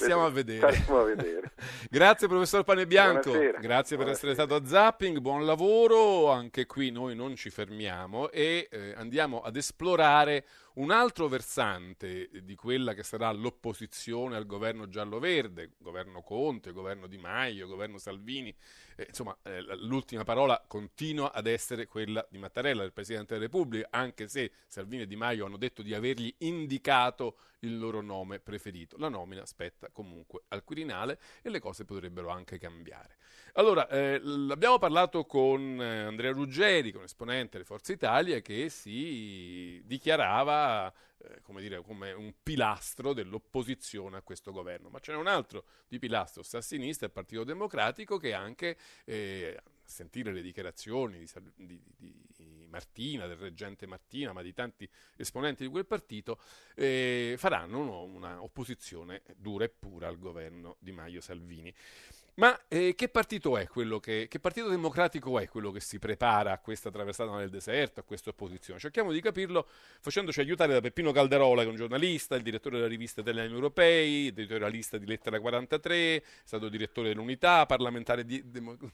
Grazie professor Panebianco, Buonasera. Grazie per essere stato a Zapping, buon lavoro, anche qui noi non ci fermiamo e andiamo ad esplorare un altro versante di quella che sarà l'opposizione al governo giallo-verde, governo Conte, governo Di Maio, governo Salvini, insomma l'ultima parola continua ad essere quella di Mattarella, del Presidente della Repubblica, anche se Salvini e Di Maio hanno detto di avergli indicato il loro nome preferito. La nomina spetta comunque al Quirinale e le cose potrebbero anche cambiare. Allora, abbiamo parlato con Andrea Ruggeri, con esponente delle Forza Italia, che si dichiarava come un pilastro dell'opposizione a questo governo. Ma ce n'è un altro di pilastro, sta a sinistra, il Partito Democratico, che anche, a sentire le dichiarazioni di Martina, del reggente Martina, ma di tanti esponenti di quel partito, faranno una opposizione dura e pura al governo Di Maio-Salvini. Ma che partito è che partito democratico è quello che si prepara a questa traversata nel deserto, a questa opposizione? Cerchiamo di capirlo facendoci aiutare da Peppino Caldarola, che è un giornalista, il direttore della rivista Italiani Europei, editorialista di Lettera 43, è stato direttore dell'Unità, parlamentare dei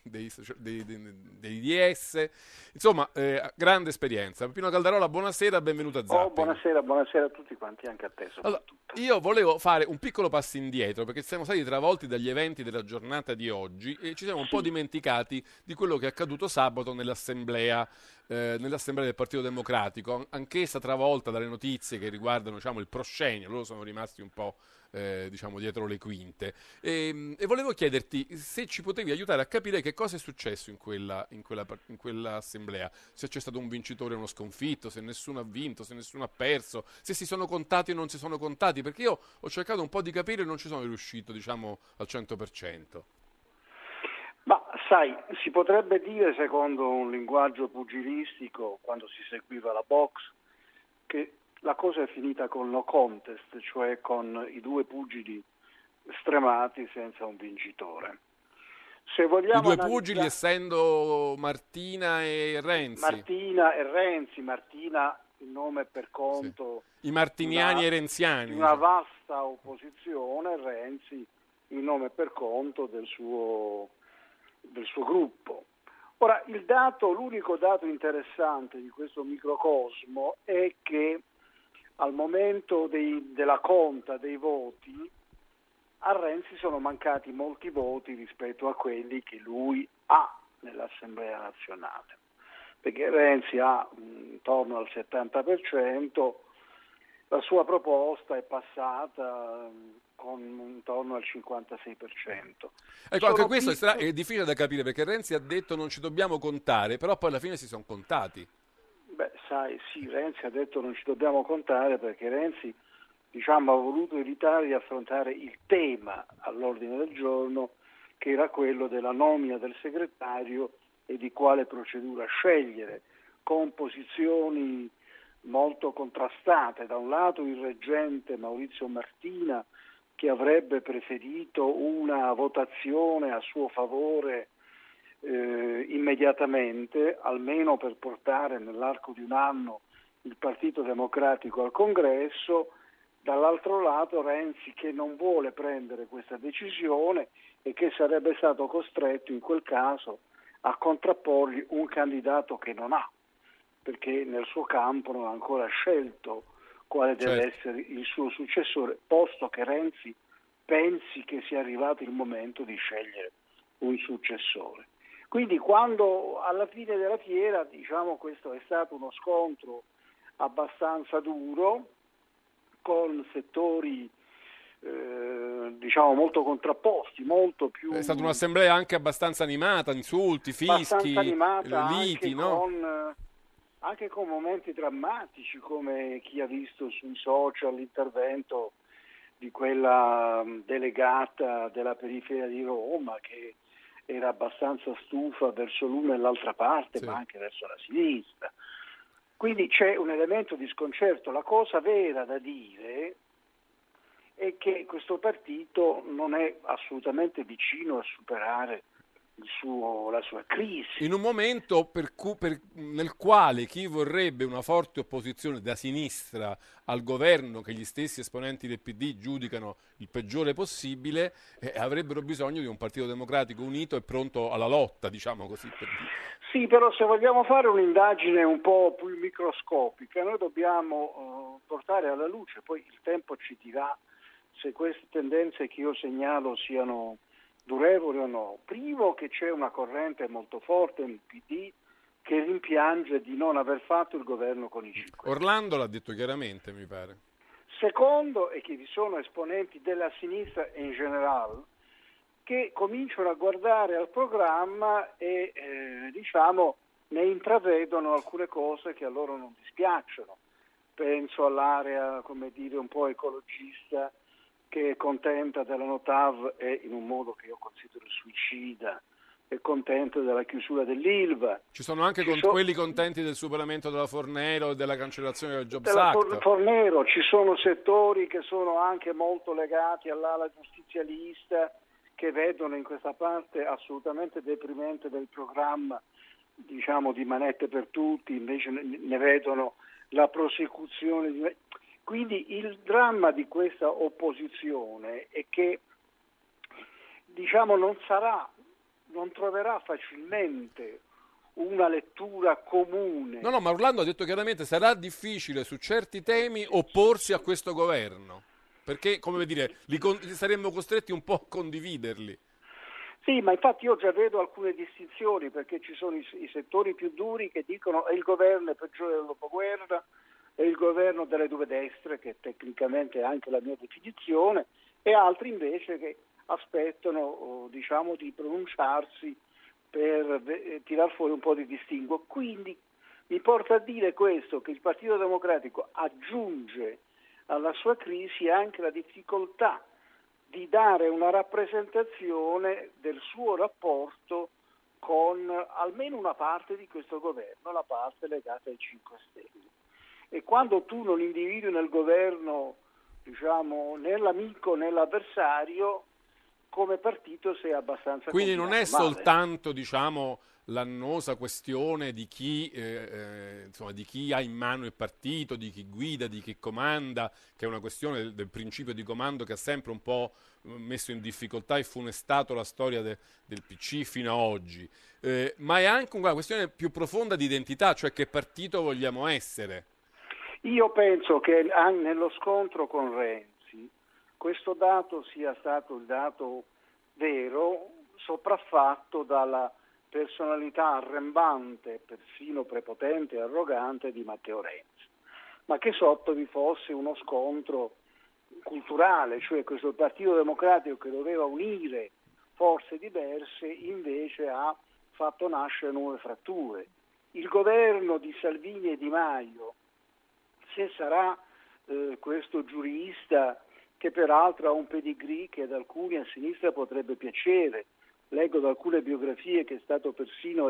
DS, insomma, grande esperienza. Peppino Caldarola, buonasera, benvenuto a Zapping. Buonasera a tutti quanti, anche a te soprattutto. Allora, io volevo fare un piccolo passo indietro, perché siamo stati travolti dagli eventi della giornata di oggi e ci siamo un po' dimenticati di quello che è accaduto sabato nell'assemblea del Partito Democratico, anch'essa travolta dalle notizie che riguardano, diciamo, il proscenio. Loro sono rimasti un po' dietro le quinte e volevo chiederti se ci potevi aiutare a capire che cosa è successo in quella assemblea, se c'è stato un vincitore e uno sconfitto, se nessuno ha vinto, se nessuno ha perso, se si sono contati o non si sono contati, perché io ho cercato un po' di capire e non ci sono riuscito, diciamo, al 100%. Ma sai, si potrebbe dire, secondo un linguaggio pugilistico, quando si seguiva la box, che la cosa è finita con no contest, cioè con i due pugili stremati senza un I vincitore. Se vogliamo due pugili essendo Martina e Renzi. Martina il nome per conto i martiniani e renziani. Di una vasta opposizione, Renzi il nome per conto del suo gruppo. Ora, l'unico dato interessante di questo microcosmo è che al momento della conta dei voti a Renzi sono mancati molti voti rispetto a quelli che lui ha nell'Assemblea nazionale, perché Renzi ha intorno al 70%, la sua proposta è passata con intorno al 56%. Ecco, anche questo è difficile da capire, perché Renzi ha detto non ci dobbiamo contare, però poi alla fine si sono contati. Beh, sai, sì, Renzi ha detto non ci dobbiamo contare perché Renzi, diciamo, ha voluto evitare di affrontare il tema all'ordine del giorno, che era quello della nomina del segretario e di quale procedura scegliere, con posizioni molto contrastate. Da un lato il reggente Maurizio Martina, che avrebbe preferito una votazione a suo favore immediatamente, almeno per portare nell'arco di un anno il Partito Democratico al Congresso. Dall'altro lato Renzi, che non vuole prendere questa decisione e che sarebbe stato costretto in quel caso a contrapporgli un candidato che non ha, perché nel suo campo non ha ancora scelto quale deve essere il suo successore, posto che Renzi pensi che sia arrivato il momento di scegliere un successore. Quindi quando alla fine della fiera, diciamo, questo è stato uno scontro abbastanza duro, con settori diciamo molto contrapposti, molto più... È stata un'assemblea anche abbastanza animata, insulti, fischi, liti, no? Anche con momenti drammatici, come chi ha visto sui social l'intervento di quella delegata della periferia di Roma, che era abbastanza stufa verso l'una e l'altra parte, ma anche verso la sinistra. Quindi c'è un elemento di sconcerto. La cosa vera da dire è che questo partito non è assolutamente vicino a superare la sua crisi. In un momento nel quale chi vorrebbe una forte opposizione da sinistra al governo, che gli stessi esponenti del PD giudicano il peggiore possibile, avrebbero bisogno di un Partito Democratico unito e pronto alla lotta, diciamo così. Sì, però se vogliamo fare un'indagine un po' più microscopica, noi dobbiamo portare alla luce, poi il tempo ci dirà se queste tendenze che io segnalo siano durevoli o no. Primo, che c'è una corrente molto forte nel PD che rimpiange di non aver fatto il governo con i 5. Orlando l'ha detto chiaramente, mi pare. Secondo è che vi sono esponenti della sinistra in generale che cominciano a guardare al programma e diciamo ne intravedono alcune cose che a loro non dispiacciono. Penso all'area, come dire, un po' ecologista, che è contenta della Notav e in un modo che io considero suicida, è contenta della chiusura dell'Ilva. Ci sono anche quelli contenti del superamento della Fornero e della cancellazione del Jobs Act. Fornero, ci sono settori che sono anche molto legati all'ala giustizialista, che vedono in questa parte assolutamente deprimente del programma, diciamo, di manette per tutti, invece ne vedono la prosecuzione di... Quindi il dramma di questa opposizione è che, diciamo, non troverà facilmente una lettura comune. No, ma Orlando ha detto chiaramente sarà difficile su certi temi opporsi a questo governo, perché, come dire, saremmo costretti un po' a condividerli. Sì, ma infatti io già vedo alcune distinzioni, perché ci sono i settori più duri che dicono che il governo è peggiore del dopoguerra, è il governo delle due destre, che tecnicamente è anche la mia definizione, e altri invece che aspettano, diciamo, di pronunciarsi per tirar fuori un po' di distinguo. Quindi mi porta a dire questo, che il Partito Democratico aggiunge alla sua crisi anche la difficoltà di dare una rappresentazione del suo rapporto con almeno una parte di questo governo, la parte legata ai 5 Stelle. E quando tu non individui nel governo, diciamo, né l'amico né l'avversario, come partito sei abbastanza... Quindi non è soltanto, diciamo, l'annosa questione di chi, insomma, di chi ha in mano il partito, di chi guida, di chi comanda, che è una questione del principio di comando che ha sempre un po' messo in difficoltà e funestato la storia del PC fino a oggi, ma è anche una questione più profonda di identità, cioè che partito vogliamo essere. Io penso che nello scontro con Renzi questo dato sia stato il dato vero, sopraffatto dalla personalità arrembante, persino prepotente e arrogante di Matteo Renzi, ma che sotto vi fosse uno scontro culturale, cioè questo Partito Democratico che doveva unire forze diverse invece ha fatto nascere nuove fratture. Il governo di Salvini e Di Maio, se sarà questo giurista, che peraltro ha un pedigree che ad alcuni a sinistra potrebbe piacere, leggo da alcune biografie che è stato persino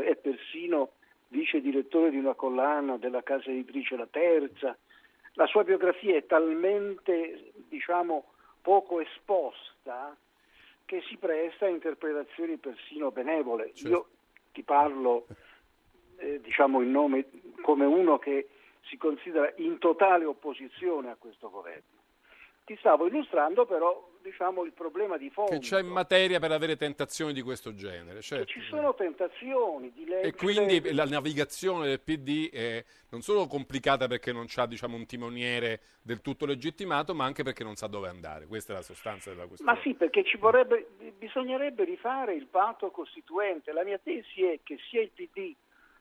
vice direttore di una collana della casa editrice La Terza, la sua biografia è talmente, diciamo, poco esposta che si presta a interpretazioni persino benevole. Certo. Io ti parlo, diciamo, in nome come uno che si considera in totale opposizione a questo governo. Ti stavo illustrando però, diciamo, il problema di fondo. Che c'è materia per avere tentazioni di questo genere. Certo. Che ci sono tentazioni di legge. E quindi la navigazione del PD è non solo complicata perché non c'ha, diciamo, un timoniere del tutto legittimato, ma anche perché non sa dove andare. Questa è la sostanza della questione. Ma sì, perché bisognerebbe rifare il patto costituente. La mia tesi è che sia il PD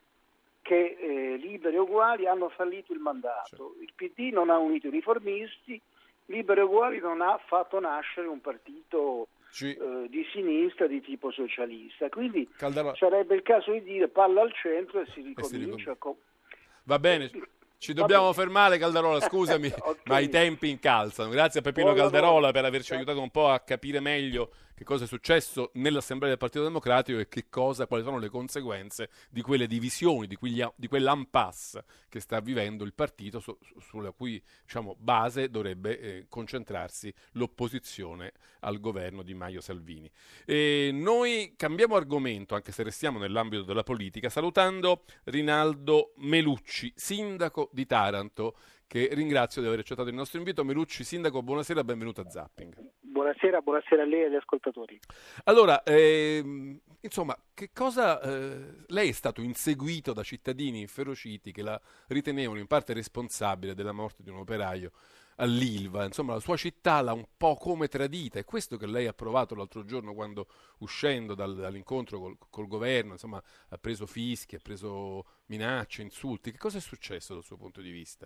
che Liberi e Uguali hanno fallito il mandato. Il PD non ha unito i riformisti, Liberi e Uguali non ha fatto nascere un partito di sinistra di tipo socialista. Quindi sarebbe il caso di dire palla al centro e si ricomincia. Va bene. Ci dobbiamo fermare, Caldarola, scusami, okay. Ma i tempi incalzano. Grazie a Peppino Caldarola per averci aiutato un po' a capire meglio che cosa è successo nell'Assemblea del Partito Democratico e quali sono le conseguenze di quelle divisioni, di quell'impasse che sta vivendo il partito, sulla cui, diciamo, base dovrebbe concentrarsi l'opposizione al governo di Maio Salvini. E noi cambiamo argomento, anche se restiamo nell'ambito della politica, salutando Rinaldo Melucci, sindaco di Taranto, che ringrazio di aver accettato il nostro invito. Melucci, sindaco, buonasera, benvenuto a Zapping. Buonasera a lei e agli ascoltatori. Allora, insomma, che cosa lei è stato inseguito da cittadini inferociti che la ritenevano in parte responsabile della morte di un operaio all'Ilva, insomma la sua città l'ha un po' come tradita. È questo che lei ha provato l'altro giorno quando, uscendo dall'incontro col governo, insomma, ha preso fischi, ha preso minacce, insulti. Che cosa è successo dal suo punto di vista?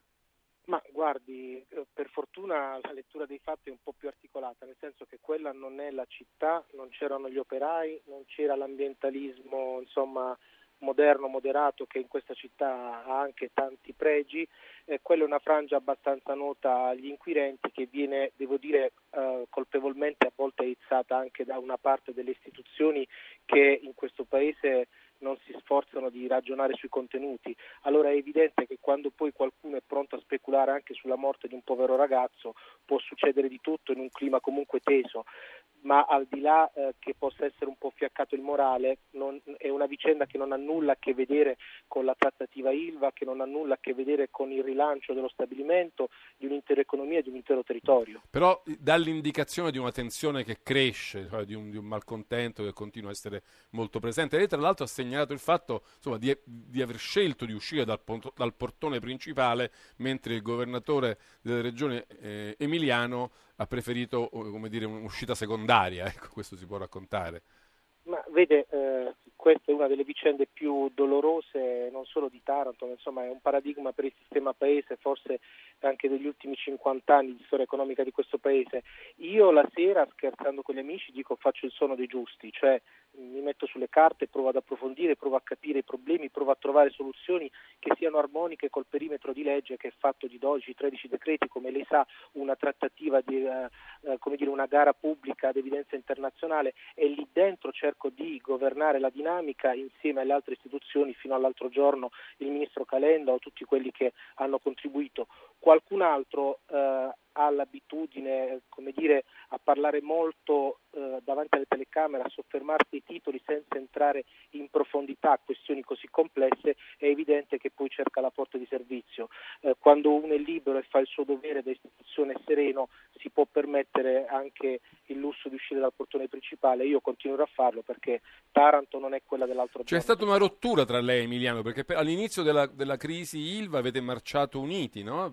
Ma guardi, per fortuna la lettura dei fatti è un po' più articolata, nel senso che quella non è la città, non c'erano gli operai, non c'era l'ambientalismo, insomma, moderno, moderato, che in questa città ha anche tanti pregi. Quella è una frangia abbastanza nota agli inquirenti, che viene, devo dire, colpevolmente a volte aizzata anche da una parte delle istituzioni che in questo paese non si sforzano di ragionare sui contenuti. Allora è evidente che quando poi qualcuno è pronto a speculare anche sulla morte di un povero ragazzo può succedere di tutto in un clima comunque teso, ma al di là che possa essere un po' fiaccato il morale, è una vicenda che non ha nulla a che vedere con la trattativa Ilva, che non ha nulla a che vedere con il rilancio dello stabilimento, di un'intera economia, di un intero territorio. Però dà l'indicazione di una tensione che cresce, cioè di un malcontento che continua a essere molto presente. Lei tra l'altro ha segnalato il fatto, insomma, di aver scelto di uscire dal portone principale, mentre il governatore della regione Emiliano ha preferito, come dire, un'uscita secondaria. Ecco, questo si può raccontare. Ma vede, questa è una delle vicende più dolorose non solo di Taranto, ma insomma è un paradigma per il sistema paese, forse anche degli ultimi 50 anni di storia economica di questo paese. Io la sera, scherzando con gli amici, dico faccio il sonno dei giusti, cioè mi metto sulle carte, provo ad approfondire, provo a capire i problemi, provo a trovare soluzioni che siano armoniche col perimetro di legge che è fatto di 12-13 decreti, come lei sa, una trattativa di come dire, una gara pubblica ad evidenza internazionale, e lì dentro cerco di governare la dinamica insieme alle altre istituzioni, fino all'altro giorno il ministro Calenda o tutti quelli che hanno contribuito. Qualcun altro ha l'abitudine, come dire, a parlare molto davanti alle telecamere, a soffermarsi ai titoli senza entrare in profondità a questioni così complesse. È evidente che poi cerca la porta di servizio. Quando uno è libero e fa il suo dovere da istituzione sereno, si può permettere anche il lusso di uscire dal portone principale. Io continuerò a farlo perché Taranto non è quella dell'altro giorno. C'è stata una rottura tra lei e Emiliano, perché all'inizio della crisi Ilva avete marciato uniti, no?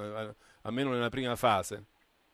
Almeno nella prima fase.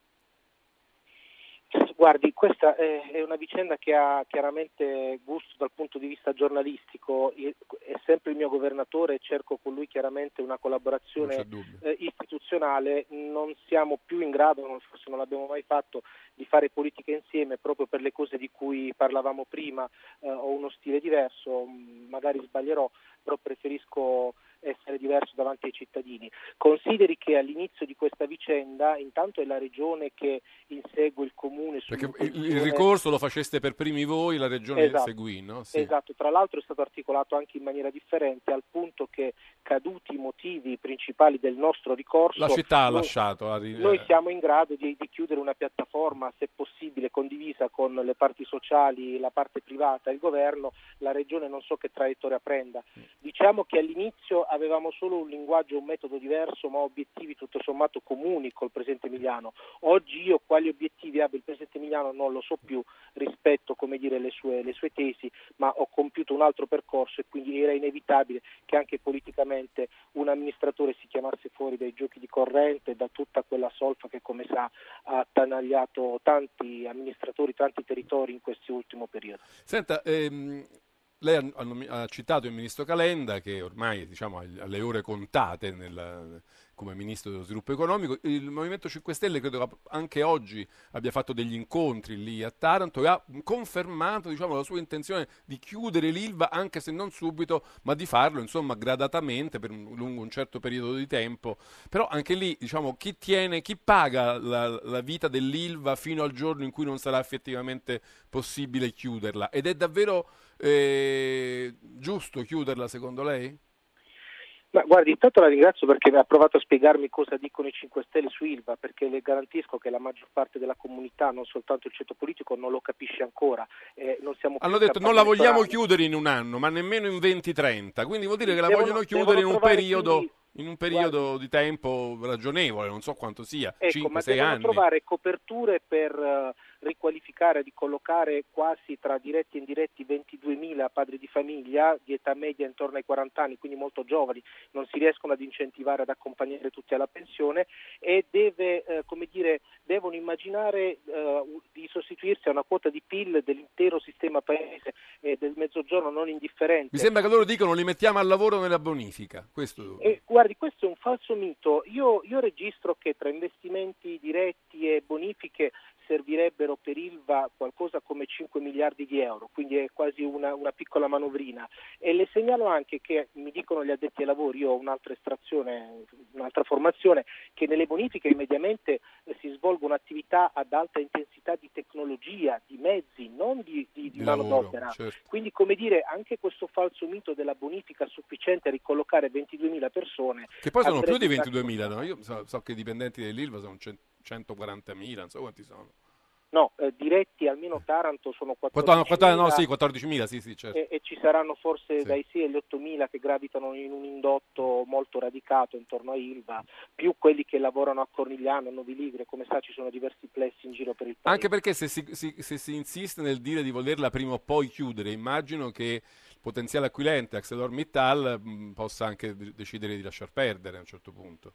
Guardi, questa è una vicenda che ha chiaramente gusto dal punto di vista giornalistico. È sempre il mio governatore e cerco con lui chiaramente una collaborazione istituzionale. Non siamo più in grado, forse non l'abbiamo mai fatto, di fare politica insieme proprio per le cose di cui parlavamo prima. Ho uno stile diverso, magari sbaglierò, però preferisco essere diverso davanti ai cittadini. Consideri che all'inizio di questa vicenda intanto è la regione che insegue il comune. Perché il ricorso lo faceste per primi voi, la regione seguì, no? Sì. Esatto, tra l'altro è stato articolato anche in maniera differente, al punto che, caduti i motivi principali del nostro ricorso, la città ha lasciato. Noi siamo in grado di chiudere una piattaforma ma se possibile condivisa con le parti sociali, la parte privata e il governo, la Regione non so che traiettoria prenda. Diciamo che all'inizio avevamo solo un linguaggio, un metodo diverso, ma obiettivi tutto sommato comuni col Presidente Emiliano. Oggi io quali obiettivi abbia il Presidente Emiliano non lo so più, rispetto le sue tesi, ma ho compiuto un altro percorso e quindi era inevitabile che anche politicamente un amministratore si chiamasse fuori dai giochi di corrente, da tutta quella solfa che, come sa, ha attanagliato tanti amministratori, tanti territori in questo ultimo periodo. Senta, lei ha citato il ministro Calenda, che ormai ha le ore contate come ministro dello sviluppo economico. Il Movimento 5 Stelle credo che anche oggi abbia fatto degli incontri lì a Taranto e ha confermato la sua intenzione di chiudere l'Ilva, anche se non subito, ma di farlo gradatamente per lungo un certo periodo di tempo. Però anche lì chi paga la vita dell'Ilva fino al giorno in cui non sarà effettivamente possibile chiuderla? Ed è davvero giusto chiuderla, secondo lei? Ma guardi, intanto la ringrazio perché ha provato a spiegarmi cosa dicono i 5 Stelle su Ilva, perché le garantisco che la maggior parte della comunità, non soltanto il ceto politico, non lo capisce ancora. Non siamo Hanno detto non la vogliamo chiudere in un anno, ma nemmeno in 20-30, quindi vuol dire che la vogliono chiudere in un periodo di tempo ragionevole, non so quanto sia, 5-6 anni. Devono trovare coperture per riqualificare, ricollocare quasi tra diretti e indiretti 22.000 padri di famiglia di età media intorno ai 40 anni, quindi molto giovani, non si riescono ad incentivare ad accompagnare tutti alla pensione e devono immaginare di sostituirsi a una quota di PIL dell'intero sistema paese e del Mezzogiorno non indifferente. Mi sembra che loro dicono li mettiamo al lavoro nella bonifica. Guardi, questo è un falso mito. Io registro che tra investimenti diretti e bonifiche servirebbero per Ilva qualcosa come 5 miliardi di euro, quindi è quasi una piccola manovrina. E le segnalo anche che, mi dicono gli addetti ai lavori, io ho un'altra estrazione, un'altra formazione, che nelle bonifiche mediamente si svolge un'attività ad alta intensità di tecnologia, di mezzi, non di manodopera. Certo. Quindi, anche questo falso mito della bonifica sufficiente a ricollocare 22.000 persone. Che poi sono più di 22.000, no? Io so che i dipendenti dell'Ilva sono 140.000, non so quanti sono. No, diretti almeno Taranto sono 14.000. Sì, certo. E ci saranno forse dai 6 agli 8.000 che gravitano in un indotto molto radicato intorno a Ilva, più quelli che lavorano a Cornigliano, a Novi Ligure, come sa ci sono diversi plessi in giro per il paese. Anche perché se si insiste nel dire di volerla prima o poi chiudere, immagino che il potenziale acquirente ArcelorMittal possa anche decidere di lasciar perdere a un certo punto.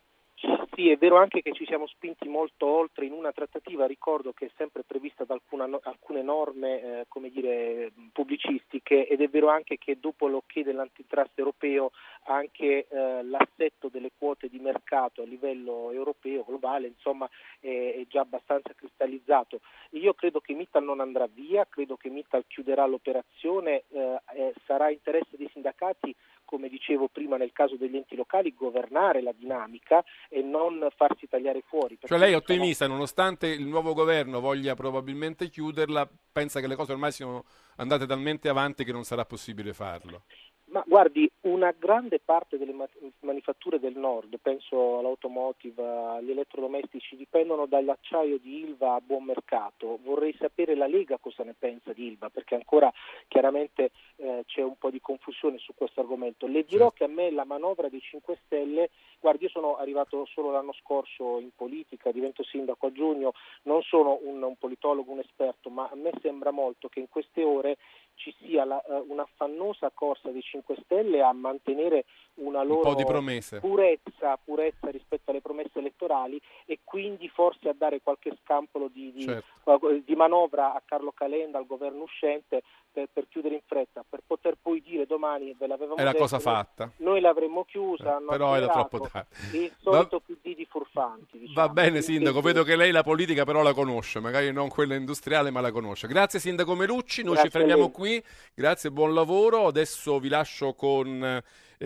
Sì, è vero anche che ci siamo spinti molto oltre in una trattativa, ricordo che è sempre prevista da alcune norme pubblicistiche, ed è vero anche che dopo l'ok dell'antitrust europeo anche l'assetto delle quote di mercato a livello europeo, globale, insomma è già abbastanza cristallizzato. Io credo che Mittal non andrà via, credo che Mittal chiuderà l'operazione, sarà interesse dei sindacati, come dicevo prima nel caso degli enti locali, governare la dinamica e non farsi tagliare fuori. Cioè lei è ottimista, nonostante il nuovo governo voglia probabilmente chiuderla, pensa che le cose ormai siano andate talmente avanti che non sarà possibile farlo? Ma guardi, una grande parte delle manifatture del nord, penso all'automotive, agli elettrodomestici, dipendono dall'acciaio di Ilva a buon mercato. Vorrei sapere la Lega cosa ne pensa di Ilva, perché ancora chiaramente c'è un po' di confusione su questo argomento. Le dirò che a me la manovra dei 5 Stelle, guardi, io sono arrivato solo l'anno scorso in politica, divento sindaco a giugno, non sono un politologo, un esperto, ma a me sembra molto che in queste ore ci sia un'affannosa corsa dei 5 Stelle a mantenere una loro un po' di promesse. purezza rispetto alle promesse elettorali, e quindi forse a dare qualche scampolo di manovra a Carlo Calenda, al governo uscente, per chiudere in fretta, per poter poi dire domani ve l'avevamo detto, è la cosa fatta. Noi l'avremmo chiusa, però era troppo tardi. Il solito PD di furfanti. Diciamo. Va bene Sindaco, vedo che lei la politica però la conosce, magari non quella industriale ma la conosce. Grazie Sindaco Melucci, noi ci fermiamo qui, grazie, buon lavoro. Adesso vi lascio con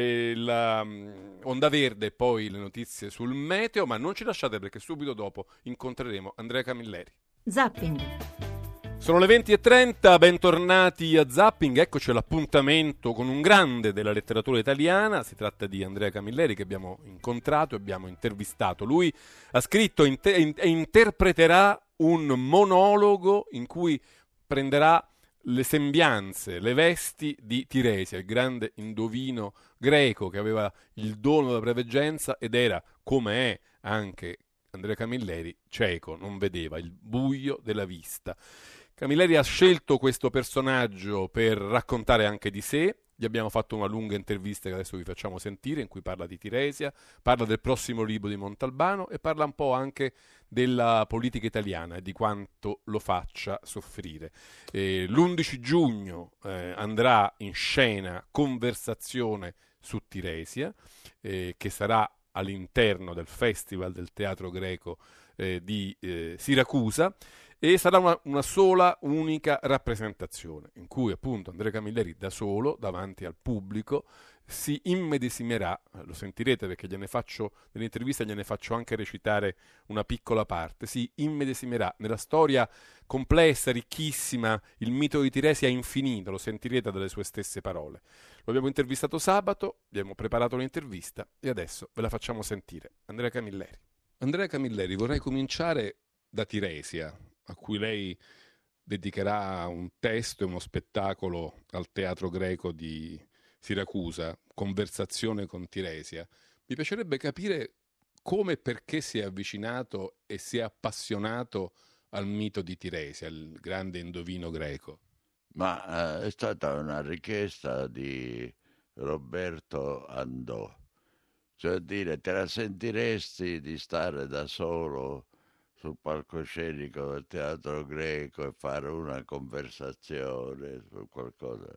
la Onda Verde e poi le notizie sul meteo, ma non ci lasciate perché subito dopo incontreremo Andrea Camilleri. Zapping. Sono le 20:30, bentornati a Zapping, eccoci all'appuntamento con un grande della letteratura italiana, si tratta di Andrea Camilleri che abbiamo incontrato e abbiamo intervistato. Lui ha scritto e interpreterà un monologo in cui prenderà le sembianze, le vesti di Tiresia, il grande indovino greco che aveva il dono della preveggenza ed era, come è anche Andrea Camilleri, cieco, non vedeva, il buio della vista. Camilleri ha scelto questo personaggio per raccontare anche di sé. Gli abbiamo fatto una lunga intervista che adesso vi facciamo sentire, in cui parla di Tiresia, parla del prossimo libro di Montalbano e parla un po' anche della politica italiana e di quanto lo faccia soffrire. L'11 giugno andrà in scena Conversazione su Tiresia, che sarà all'interno del Festival del Teatro Greco di Siracusa, e sarà una sola, unica rappresentazione in cui appunto Andrea Camilleri da solo, davanti al pubblico, si immedesimerà, lo sentirete perché nell'intervista gliene faccio anche recitare una piccola parte, si immedesimerà nella storia complessa, ricchissima, il mito di Tiresia è infinito, lo sentirete dalle sue stesse parole. Lo abbiamo intervistato sabato, abbiamo preparato l'intervista e adesso ve la facciamo sentire. Andrea Camilleri. Andrea Camilleri, vorrei cominciare da Tiresia, a cui lei dedicherà un testo e uno spettacolo al Teatro Greco di Siracusa, Conversazione con Tiresia. Mi piacerebbe capire come e perché si è avvicinato e si è appassionato al mito di Tiresia, il grande indovino greco. Ma è stata una richiesta di Roberto Andò, cioè dire, te la sentiresti di stare da solo sul palcoscenico del Teatro Greco e fare una conversazione su qualcosa?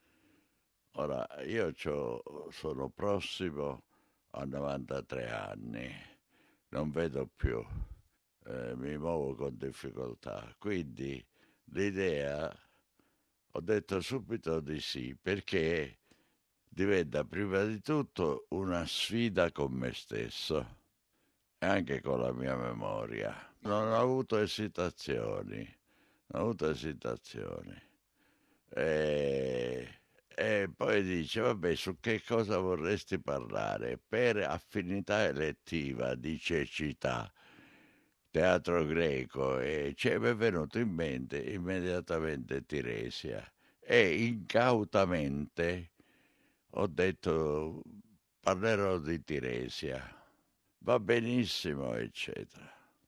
Ora, io sono prossimo a 93 anni, non vedo più, mi muovo con difficoltà, quindi l'idea, ho detto subito di sì, perché diventa prima di tutto una sfida con me stesso e anche con la mia memoria. Non ho avuto esitazioni, E poi dice, vabbè, su che cosa vorresti parlare? Per affinità elettiva di cecità, Teatro Greco, e ci è venuto in mente immediatamente Tiresia. E incautamente ho detto, parlerò di Tiresia. Va benissimo, eccetera.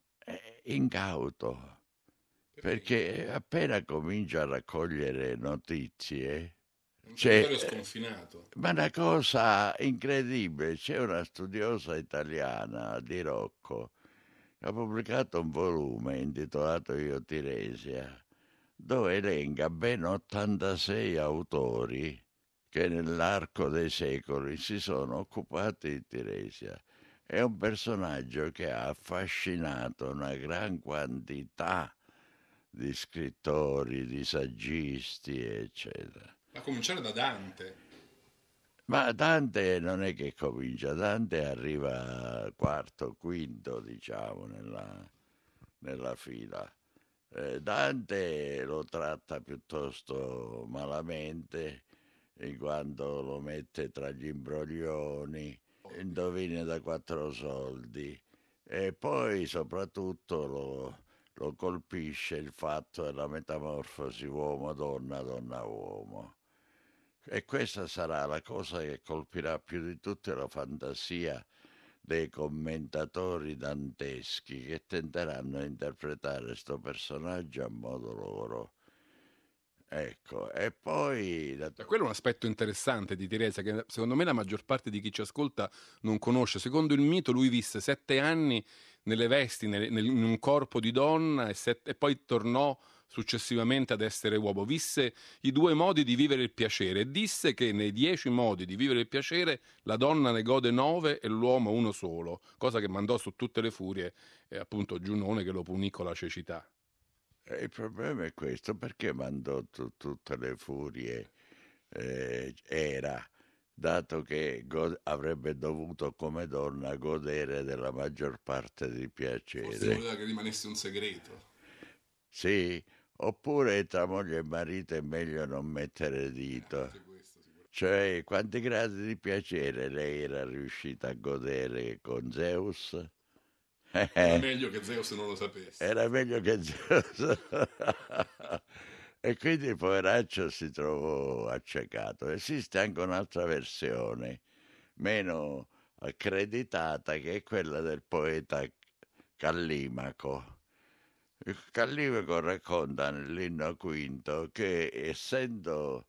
Incauto, perché appena comincio a raccogliere notizie, C'è sconfinato. ma una cosa incredibile, c'è una studiosa italiana di Rocco che ha pubblicato un volume intitolato Io Tiresia, dove elenca ben 86 autori che nell'arco dei secoli si sono occupati di Tiresia. È un personaggio che ha affascinato una gran quantità di scrittori, di saggisti, eccetera. A cominciare da Dante. Ma Dante non è che comincia, Dante arriva quarto, quinto, diciamo, nella fila. Dante lo tratta piuttosto malamente, in quanto lo mette tra gli imbroglioni, indovini da 4 soldi, e poi soprattutto lo colpisce il fatto della metamorfosi uomo-donna, donna-uomo. E questa sarà la cosa che colpirà più di tutte la fantasia dei commentatori danteschi, che tenteranno a interpretare questo personaggio a modo loro. Ecco, e poi... Quello è un aspetto interessante di Tiresia che secondo me la maggior parte di chi ci ascolta non conosce. Secondo il mito lui visse 7 anni nelle vesti, in un corpo di donna e poi tornò successivamente ad essere uomo. Visse i 2 modi di vivere il piacere e disse che nei 10 modi di vivere il piacere la donna ne gode 9 e l'uomo 1 solo, cosa che mandò su tutte le furie appunto Giunone, che lo punì con la cecità. Il problema è questo, perché mandò tutte le furie? Era, dato che avrebbe dovuto come donna godere della maggior parte di piacere. Forse voleva che rimanesse un segreto. Sì, oppure tra moglie e marito è meglio non mettere dito. Cioè, quanti gradi di piacere lei era riuscita a godere con Zeus? Era meglio che Zeus non lo sapesse. Era meglio che Zeus. E quindi il poveraccio si trovò accecato. Esiste anche un'altra versione, meno accreditata, che è quella del poeta Callimaco. Callimaco racconta nell'inno quinto che, essendo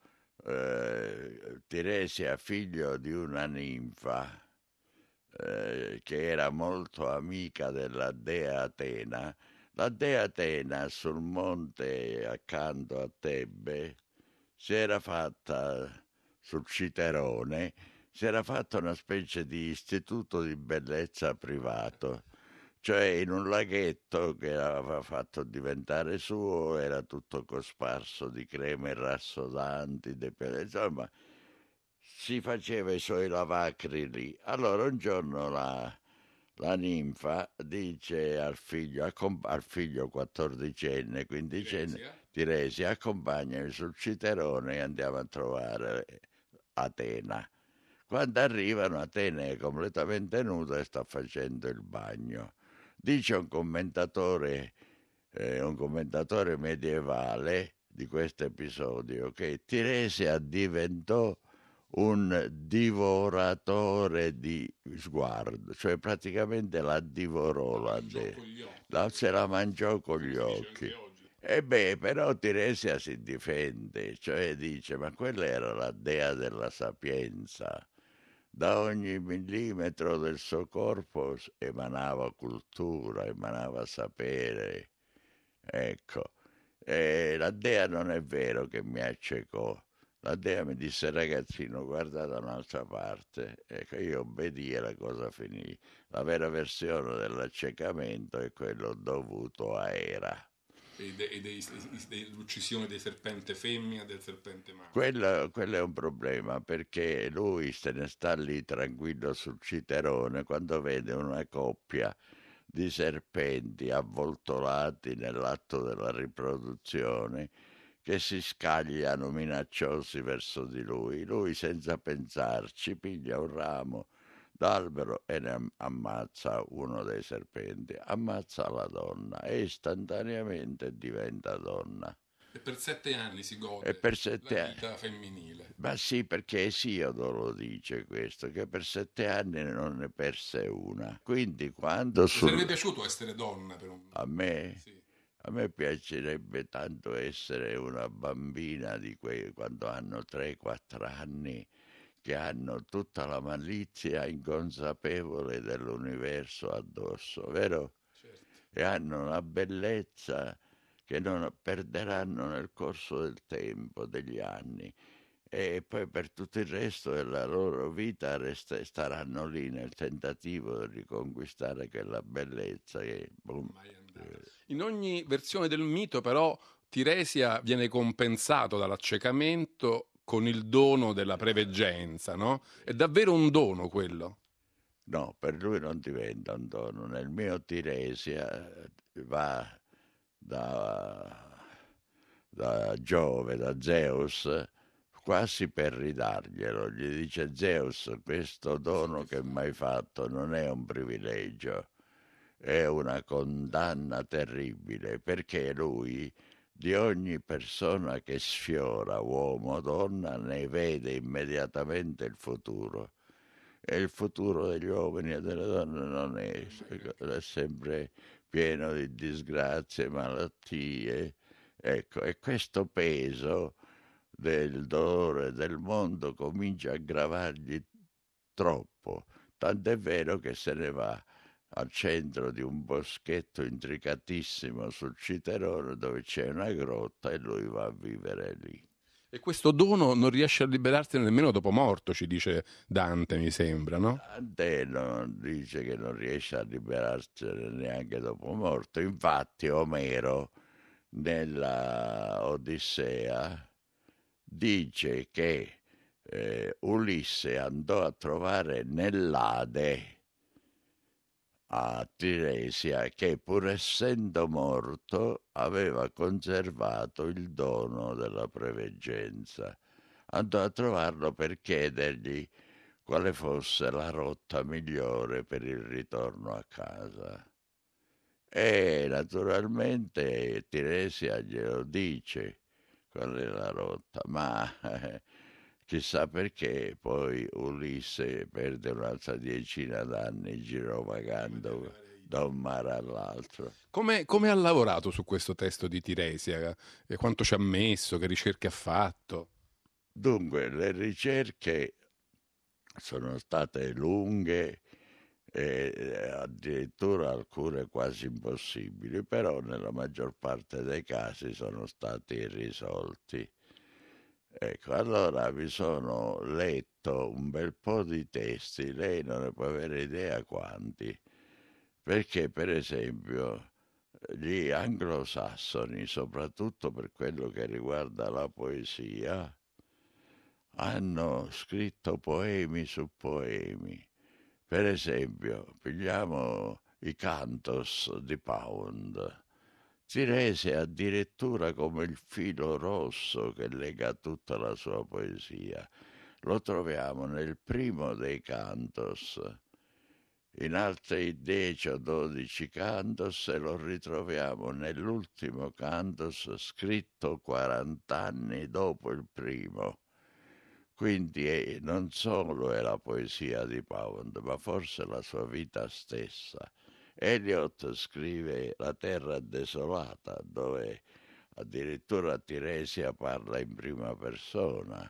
Tiresia figlio di una ninfa che era molto amica della dea Atena, la dea Atena sul monte accanto a Tebbe si era fatta, sul Citerone, si era fatta una specie di istituto di bellezza privato, cioè in un laghetto che aveva fatto diventare suo, era tutto cosparso di creme rassodanti, insomma si faceva i suoi lavacri lì. Allora un giorno la ninfa dice al figlio 14enne, 15enne, Tiresia, accompagnami sul Citerone e andiamo a trovare Atena. Quando arrivano, Atena è completamente nuda e sta facendo il bagno. Dice un commentatore medievale di questo episodio che Tiresia diventò un divoratore di sguardo, cioè praticamente la divorò, se la mangiò con gli occhi. E però Tiresia si difende, cioè dice, ma quella era la dea della sapienza. Da ogni millimetro del suo corpo emanava cultura, emanava sapere. Ecco, la dea non è vero che mi accecò. La dea mi disse, ragazzino, guarda da un'altra parte. Ecco, io obbedii e la cosa finì. La vera versione dell'accecamento è quello dovuto a Era. E dell'uccisione dei serpente femmina e del serpente maschio. Quello è un problema, perché lui se ne sta lì tranquillo sul Citerone quando vede una coppia di serpenti avvoltolati nell'atto della riproduzione che si scagliano minacciosi verso di lui. Lui, senza pensarci, piglia un ramo d'albero e ne ammazza uno dei serpenti, ammazza la donna e istantaneamente diventa donna. E per 7 anni si gode la vita femminile. Ma sì, perché Esiodo lo dice questo, che per 7 anni non ne perse una. Quindi quando... Sarebbe piaciuto essere donna? A me? Sì. A me piacerebbe tanto essere una bambina di quei quando hanno 3-4 anni, che hanno tutta la malizia inconsapevole dell'universo addosso, vero? Certo. E hanno una bellezza che non perderanno nel corso del tempo, degli anni, e poi per tutto il resto della loro vita staranno lì nel tentativo di riconquistare quella bellezza che... In ogni versione del mito, però, Tiresia viene compensato dall'accecamento con il dono della preveggenza, no? È davvero un dono quello? No, per lui non diventa un dono. Nel mio Tiresia va da Giove, da Zeus, quasi per ridarglielo. Gli dice: Zeus, questo dono che mi hai fatto non è un privilegio, è una condanna terribile, perché lui di ogni persona che sfiora, uomo o donna, ne vede immediatamente il futuro. E il futuro degli uomini e delle donne non è sempre pieno di disgrazie, malattie. Ecco, e questo peso del dolore del mondo comincia a gravargli troppo, tant'è vero che se ne va al centro di un boschetto intricatissimo sul Citerone, dove c'è una grotta, e lui va a vivere lì. E questo dono non riesce a liberarsene nemmeno dopo morto, ci dice Dante, mi sembra, no? Dante non dice che non riesce a liberarsene neanche dopo morto. Infatti Omero, nella Odissea, dice che Ulisse andò a trovare nell'Ade a Tiresia, che pur essendo morto aveva conservato il dono della preveggenza. Andò a trovarlo per chiedergli quale fosse la rotta migliore per il ritorno a casa. E naturalmente Tiresia glielo dice qual è la rotta, ma chissà perché poi Ulisse perde un'altra 10 d'anni girovagando da un mare all'altro. Come ha lavorato su questo testo di Tiresia? E quanto ci ha messo? Che ricerche ha fatto? Dunque, le ricerche sono state lunghe e addirittura alcune quasi impossibili, però nella maggior parte dei casi sono stati risolti. Ecco, allora mi sono letto un bel po' di testi, lei non ne può avere idea quanti, perché per esempio gli anglosassoni, soprattutto per quello che riguarda la poesia, hanno scritto poemi su poemi. Per esempio, pigliamo i cantos di Pound. Tiresia addirittura come il filo rosso che lega tutta la sua poesia. Lo troviamo nel primo dei cantos, in altri 10 o 12 cantos, e lo ritroviamo nell'ultimo cantos scritto 40 anni dopo il primo. Quindi non solo è la poesia di Pound, ma forse la sua vita stessa. Eliot scrive La terra desolata, dove addirittura Tiresia parla in prima persona.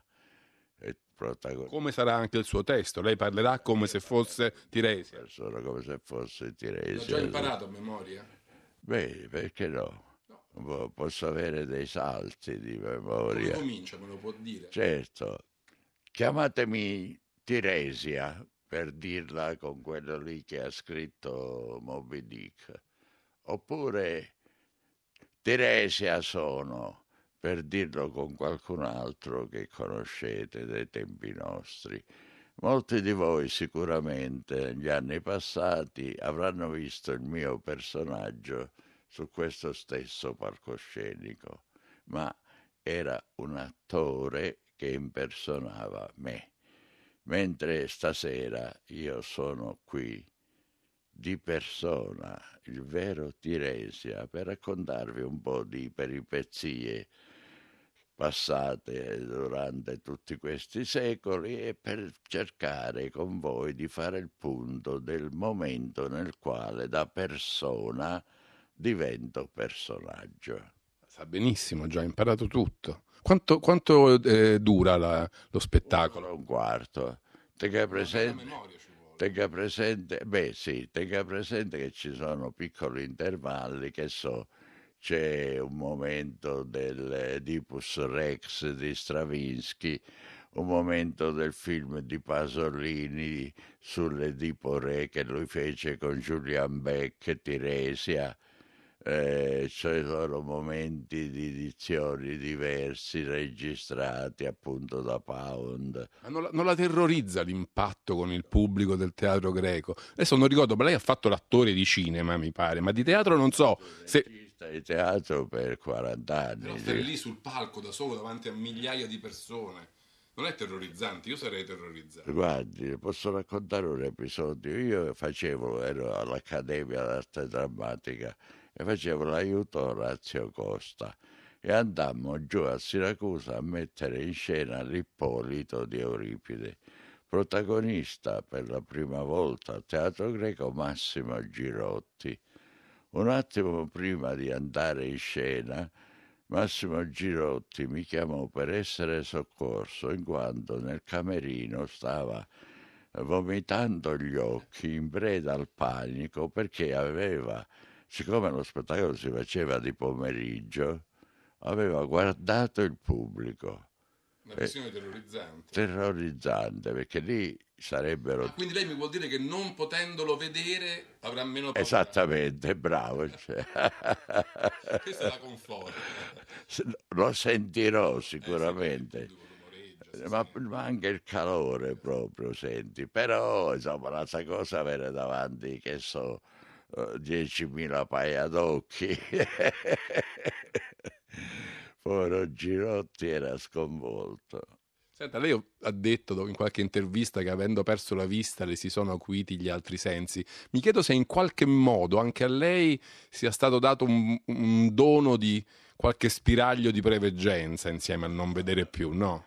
Come sarà anche il suo testo? Lei parlerà come se fosse Tiresia. Come se fosse Tiresia. L'ho già imparato a memoria? Beh, perché no? Posso avere dei salti di memoria. Come comincia, me lo può dire? Certo. Chiamatemi Tiresia, per dirla con quello lì che ha scritto Moby Dick. Oppure Tiresia sono, per dirlo con qualcun altro che conoscete dai tempi nostri. Molti di voi sicuramente negli anni passati avranno visto il mio personaggio su questo stesso palcoscenico, ma era un attore che impersonava me, mentre stasera io sono qui di persona, il vero Tiresia, per raccontarvi un po' di peripezie passate durante tutti questi secoli e per cercare con voi di fare il punto del momento nel quale da persona divento personaggio. Sa benissimo, già ha imparato tutto. Quanto dura lo spettacolo? Un quarto. Tenga presente che ci sono piccoli intervalli, che so, c'è un momento dell'Oedipus Rex di Stravinsky, un momento del film di Pasolini sull'Edipo Re che lui fece con Julian Beck e Tiresia. Ci sono momenti di edizioni diversi registrati appunto da Pound. Ma non la terrorizza l'impatto con il pubblico del teatro greco? Adesso non ricordo, ma lei ha fatto l'attore di cinema, mi pare, ma di teatro non so. Regista di teatro per 40 anni. Però stare lì sul palco da solo davanti a migliaia di persone non è terrorizzante? Io sarei terrorizzato. Guardi, posso raccontare un episodio. Ero all'Accademia d'Arte Drammatica e facevo l'aiuto a Orazio Costa e andammo giù a Siracusa a mettere in scena l'Ippolito di Euripide, protagonista per la prima volta al teatro greco Massimo Girotti. Un attimo prima di andare in scena Massimo Girotti mi chiamò per essere soccorso, in quanto nel camerino stava vomitando gli occhi in preda al panico, perché siccome lo spettacolo si faceva di pomeriggio, aveva guardato il pubblico. Una visione terrorizzante. Terrorizzante, perché lì sarebbero... Quindi lei mi vuol dire che non potendolo vedere avrà meno paura? Esattamente, bravo. Questa è la conforta. Lo sentirò sicuramente. Ma anche il calore proprio senti. Però, insomma, l'altra cosa avere davanti, che so, 10.000 paia d'occhi. Povero Girotti era sconvolto. Senta, lei ha detto in qualche intervista che avendo perso la vista le si sono acuiti gli altri sensi. Mi chiedo se in qualche modo anche a lei sia stato dato un dono di qualche spiraglio di preveggenza insieme al non vedere più, no?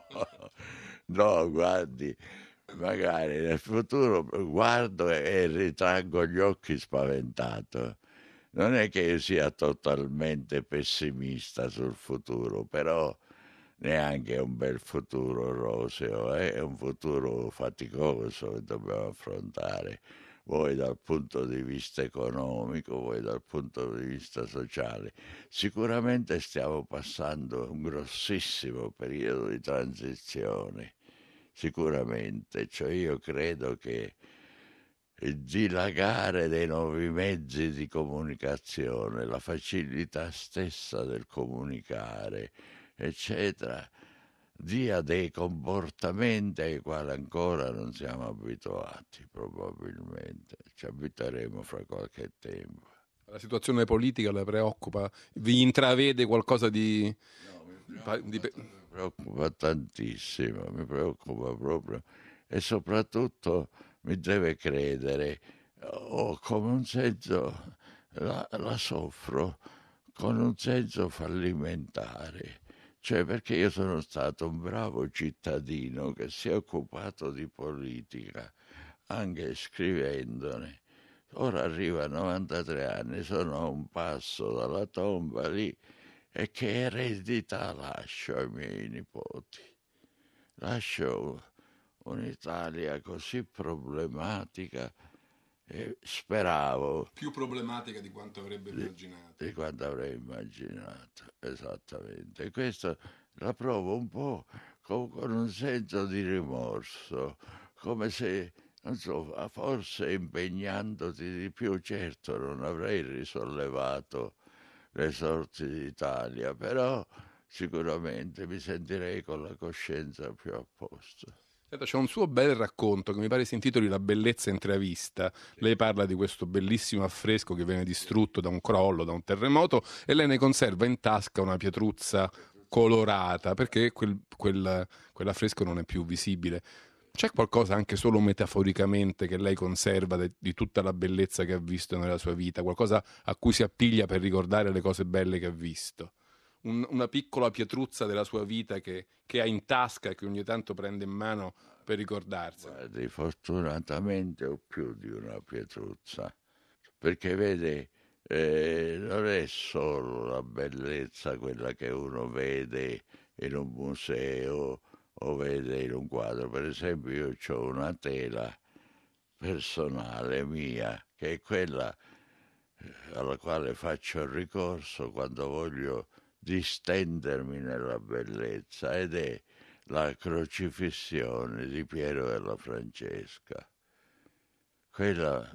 No, guardi, magari nel futuro guardo e ritraggo gli occhi spaventato. Non è che io sia totalmente pessimista sul futuro, però neanche un bel futuro roseo, è un futuro faticoso che dobbiamo affrontare, voi dal punto di vista economico, voi dal punto di vista sociale. Sicuramente stiamo passando un grossissimo periodo di transizione, sicuramente, cioè io credo che il dilagare dei nuovi mezzi di comunicazione, la facilità stessa del comunicare, eccetera, dia dei comportamenti ai quali ancora non siamo abituati, probabilmente. Ci abitueremo fra qualche tempo. La situazione politica la preoccupa? Vi intravede qualcosa di... Mi preoccupa tantissimo, mi preoccupa proprio, e soprattutto mi deve credere, ho come un senso, la soffro con un senso fallimentare, cioè perché io sono stato un bravo cittadino che si è occupato di politica, anche scrivendone. Ora arrivo a 93 anni, sono a un passo dalla tomba lì, e che eredità lascio ai miei nipoti? Lascio un'Italia così problematica e speravo... Più problematica di quanto avrebbe immaginato. Di quanto avrei immaginato, esattamente. E questo la provo un po' con un senso di rimorso, come se, non so, forse impegnandoti di più, certo non avrei risollevato le sorti d'Italia, però sicuramente mi sentirei con la coscienza più a posto. Senta, c'è un suo bel racconto che mi pare si intitoli La bellezza intravista. Lei parla di questo bellissimo affresco che viene distrutto da un crollo, da un terremoto, e lei ne conserva in tasca una pietruzza colorata, perché quell'affresco non è più visibile. C'è qualcosa anche solo metaforicamente che lei conserva di tutta la bellezza che ha visto nella sua vita, qualcosa a cui si appiglia per ricordare le cose belle che ha visto? Una piccola pietruzza della sua vita che ha in tasca e che ogni tanto prende in mano per ricordarsi. Guardi, fortunatamente ho più di una pietruzza, perché vede, non è solo la bellezza quella che uno vede in un museo o vede in un quadro. Per esempio io ho una tela personale mia, che è quella alla quale faccio ricorso quando voglio distendermi nella bellezza, ed è la crocifissione di Piero della Francesca. Quella,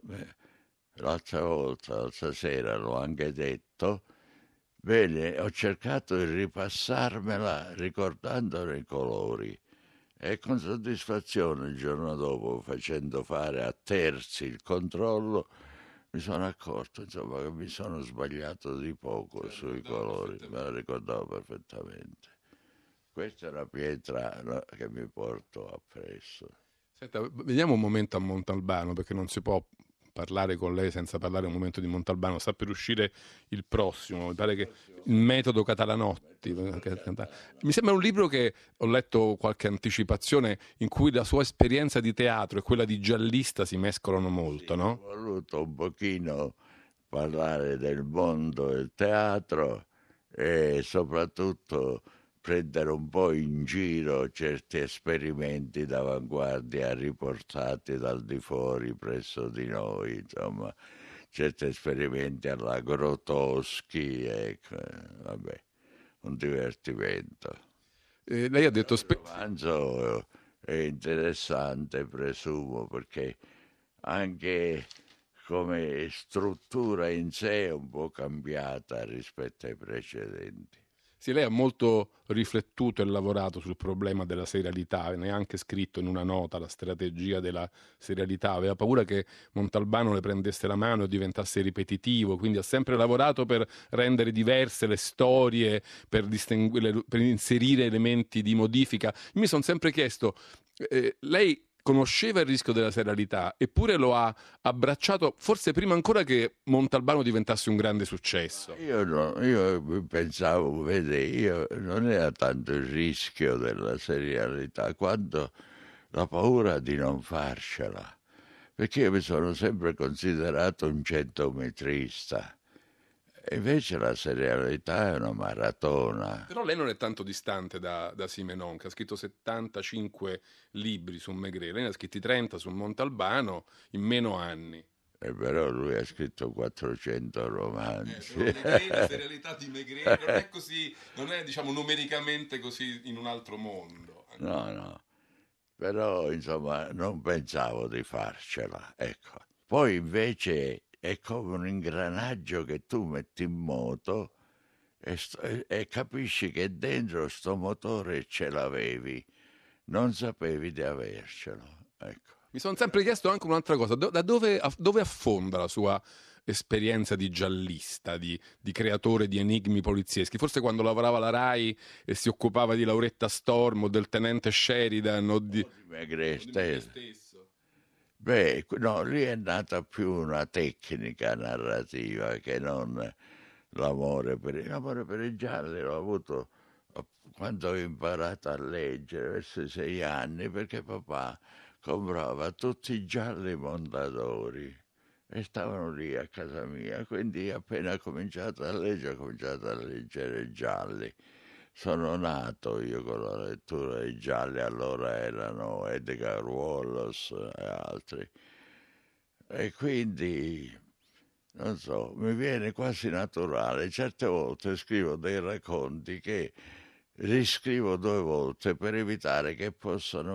l'altra sera l'ho anche detto, bene, ho cercato di ripassarmela ricordandone i colori, e con soddisfazione il giorno dopo, facendo fare a terzi il controllo, mi sono accorto, insomma, che mi sono sbagliato di poco sui colori, me la ricordavo perfettamente. Questa è una pietra che mi porto appresso. Senta, vediamo un momento a Montalbano, perché non si può parlare con lei senza parlare un momento di Montalbano. Sta per uscire il prossimo, mi pare che Il metodo Catalanotti. Mi sembra un libro che ho letto qualche anticipazione, in cui la sua esperienza di teatro e quella di giallista si mescolano molto, no? Ho voluto un pochino parlare del mondo del teatro e soprattutto prendere un po' in giro certi esperimenti d'avanguardia riportati dal di fuori presso di noi, insomma, certi esperimenti alla Grotowski, ecco, vabbè, un divertimento. Lei ha detto il romanzo è interessante, presumo, perché anche come struttura in sé è un po' cambiata rispetto ai precedenti. Sì, lei ha molto riflettuto e lavorato sul problema della serialità, ne ha anche scritto in una nota la strategia della serialità, aveva paura che Montalbano le prendesse la mano e diventasse ripetitivo, quindi ha sempre lavorato per rendere diverse le storie, per inserire elementi di modifica. Mi sono sempre chiesto, lei conosceva il rischio della serialità, eppure lo ha abbracciato forse prima ancora che Montalbano diventasse un grande successo. Io pensavo, vede, io non era tanto il rischio della serialità quanto la paura di non farcela, perché io mi sono sempre considerato un centometrista. E invece la serialità è una maratona. Però lei non è tanto distante da Simenon, che ha scritto 75 libri su Maigret, lei ne ha scritti 30 su Montalbano in meno anni. Però lui ha scritto 400 romanzi. La serialità di Maigret non è così, non è diciamo numericamente così in un altro mondo. No, però insomma non pensavo di farcela, ecco. Poi invece è come un ingranaggio che tu metti in moto e capisci che dentro sto motore ce l'avevi, non sapevi di avercelo. Ecco. Mi sono sempre chiesto anche un'altra cosa, da dove affonda la sua esperienza di giallista, di creatore di enigmi polizieschi? Forse quando lavorava alla Rai e si occupava di Lauretta Storm o del tenente Sheridan o di Maigret stesso. Beh, no, lì è nata più una tecnica narrativa che non l'amore per i gialli. L'ho avuto quando ho imparato a leggere, verso 6 anni, perché papà comprava tutti i gialli Mondadori e stavano lì a casa mia, quindi appena ho cominciato a leggere gialli. Sono nato io con la lettura dei gialli, allora erano Edgar Wallace e altri. E quindi, non so, mi viene quasi naturale. Certe volte scrivo dei racconti che riscrivo 2 volte per evitare che possano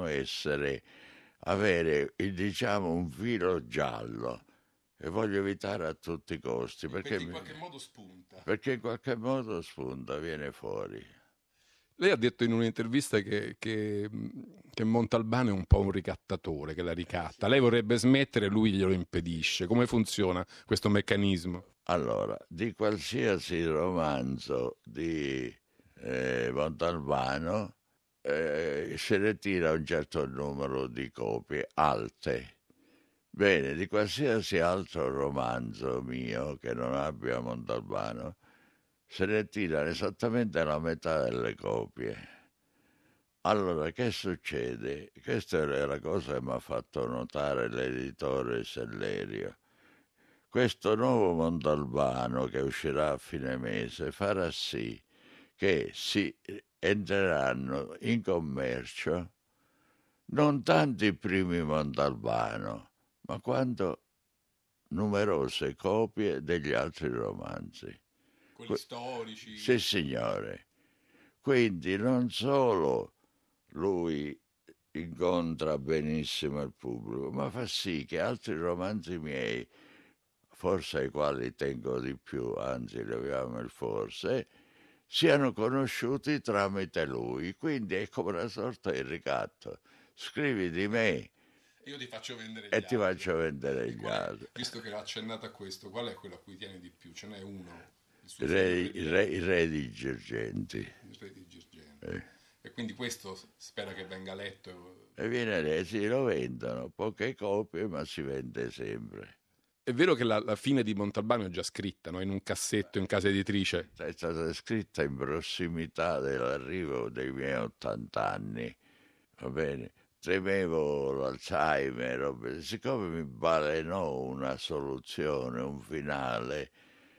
avere, diciamo, un filo giallo. E voglio evitare a tutti i costi. Perché in qualche modo spunta. Perché in qualche modo spunta, viene fuori. Lei ha detto in un'intervista che Montalbano è un po' un ricattatore, che la ricatta. Lei vorrebbe smettere, lui glielo impedisce. Come funziona questo meccanismo? Allora, di qualsiasi romanzo di Montalbano se ne tira un certo numero di copie alte. Bene, di qualsiasi altro romanzo mio che non abbia Montalbano se ne tirano esattamente la metà delle copie. Allora, che succede? Questa è la cosa che mi ha fatto notare l'editore Sellerio. Questo nuovo Montalbano che uscirà a fine mese farà sì che si entreranno in commercio non tanto i primi Montalbano, ma quanto numerose copie degli altri romanzi. Quelli storici. Sì, signore. Quindi non solo lui incontra benissimo il pubblico, ma fa sì che altri romanzi miei, forse ai quali tengo di più, anzi leviamo il forse, siano conosciuti tramite lui. Quindi è come una sorta di ricatto. Scrivi di me. Io ti faccio vendere e ti faccio vendere gli altri. Visto che l'ha accennato a questo, qual è quello a cui tiene di più? Ce n'è uno? Il re di Girgenti. Il re di Girgenti. E quindi questo spera che venga letto. E viene letto, sì, lo vendono, poche copie, ma si vende sempre. È vero che la fine di Montalbano è già scritta, no? In un cassetto in casa editrice? È stata scritta in prossimità dell'arrivo dei miei 80 anni, va bene? Temevo l'Alzheimer, siccome mi balenò una soluzione, un finale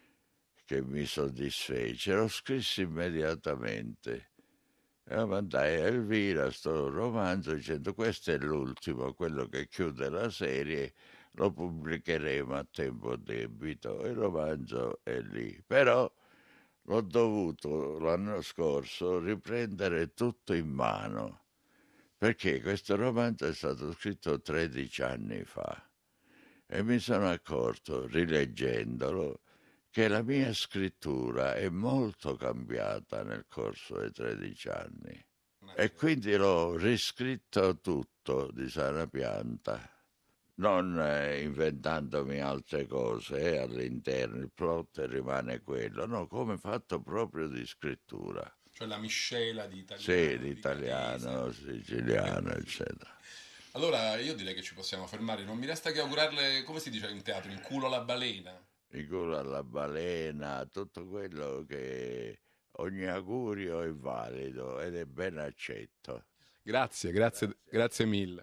che mi soddisfece, lo scrissi immediatamente. E lo mandai a Elvira, sto romanzo, dicendo questo è l'ultimo, quello che chiude la serie, lo pubblicheremo a tempo debito. Il romanzo è lì. Però l'ho dovuto l'anno scorso riprendere tutto in mano, perché questo romanzo è stato scritto 13 anni fa e mi sono accorto, rileggendolo, che la mia scrittura è molto cambiata nel corso dei 13 anni e quindi l'ho riscritto tutto di sana pianta, non inventandomi altre cose all'interno, il plot rimane quello, no, come fatto proprio di scrittura. Cioè la miscela di italiano. Sì, di italiano, siciliano, eccetera. Allora io direi che ci possiamo fermare, non mi resta che augurarle, come si dice in teatro, in culo alla balena. In culo alla balena, tutto quello che ogni augurio è valido ed è ben accetto. Grazie mille.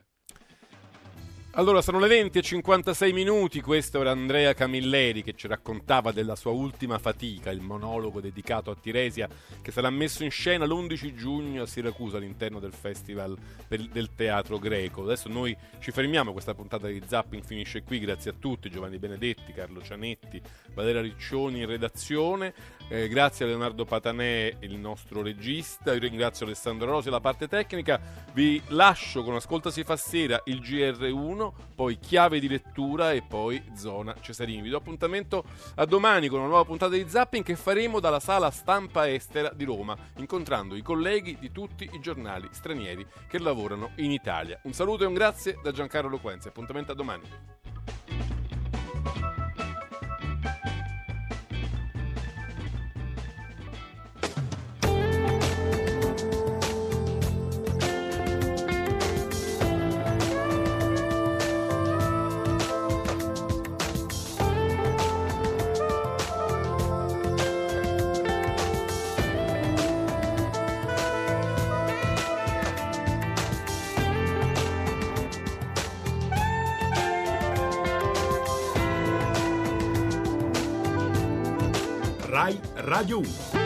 Allora, sono le 20:56, questo era Andrea Camilleri che ci raccontava della sua ultima fatica, il monologo dedicato a Tiresia, che sarà messo in scena l'11 giugno a Siracusa all'interno del Festival del Teatro Greco. Adesso noi ci fermiamo, questa puntata di Zapping finisce qui, grazie a tutti, Giovanni Benedetti, Carlo Cianetti, Valeria Riccioni in redazione, grazie a Leonardo Patanè, il nostro regista, io ringrazio Alessandro Rosi, la parte tecnica, vi lascio con Ascolta si fa sera, il GR1, poi Chiave di lettura e poi Zona Cesarini. Vi do appuntamento a domani con una nuova puntata di Zapping che faremo dalla sala stampa estera di Roma, incontrando i colleghi di tutti i giornali stranieri che lavorano in Italia. Un saluto e un grazie da Giancarlo Loquenzi, appuntamento a domani. Rai Radio 1.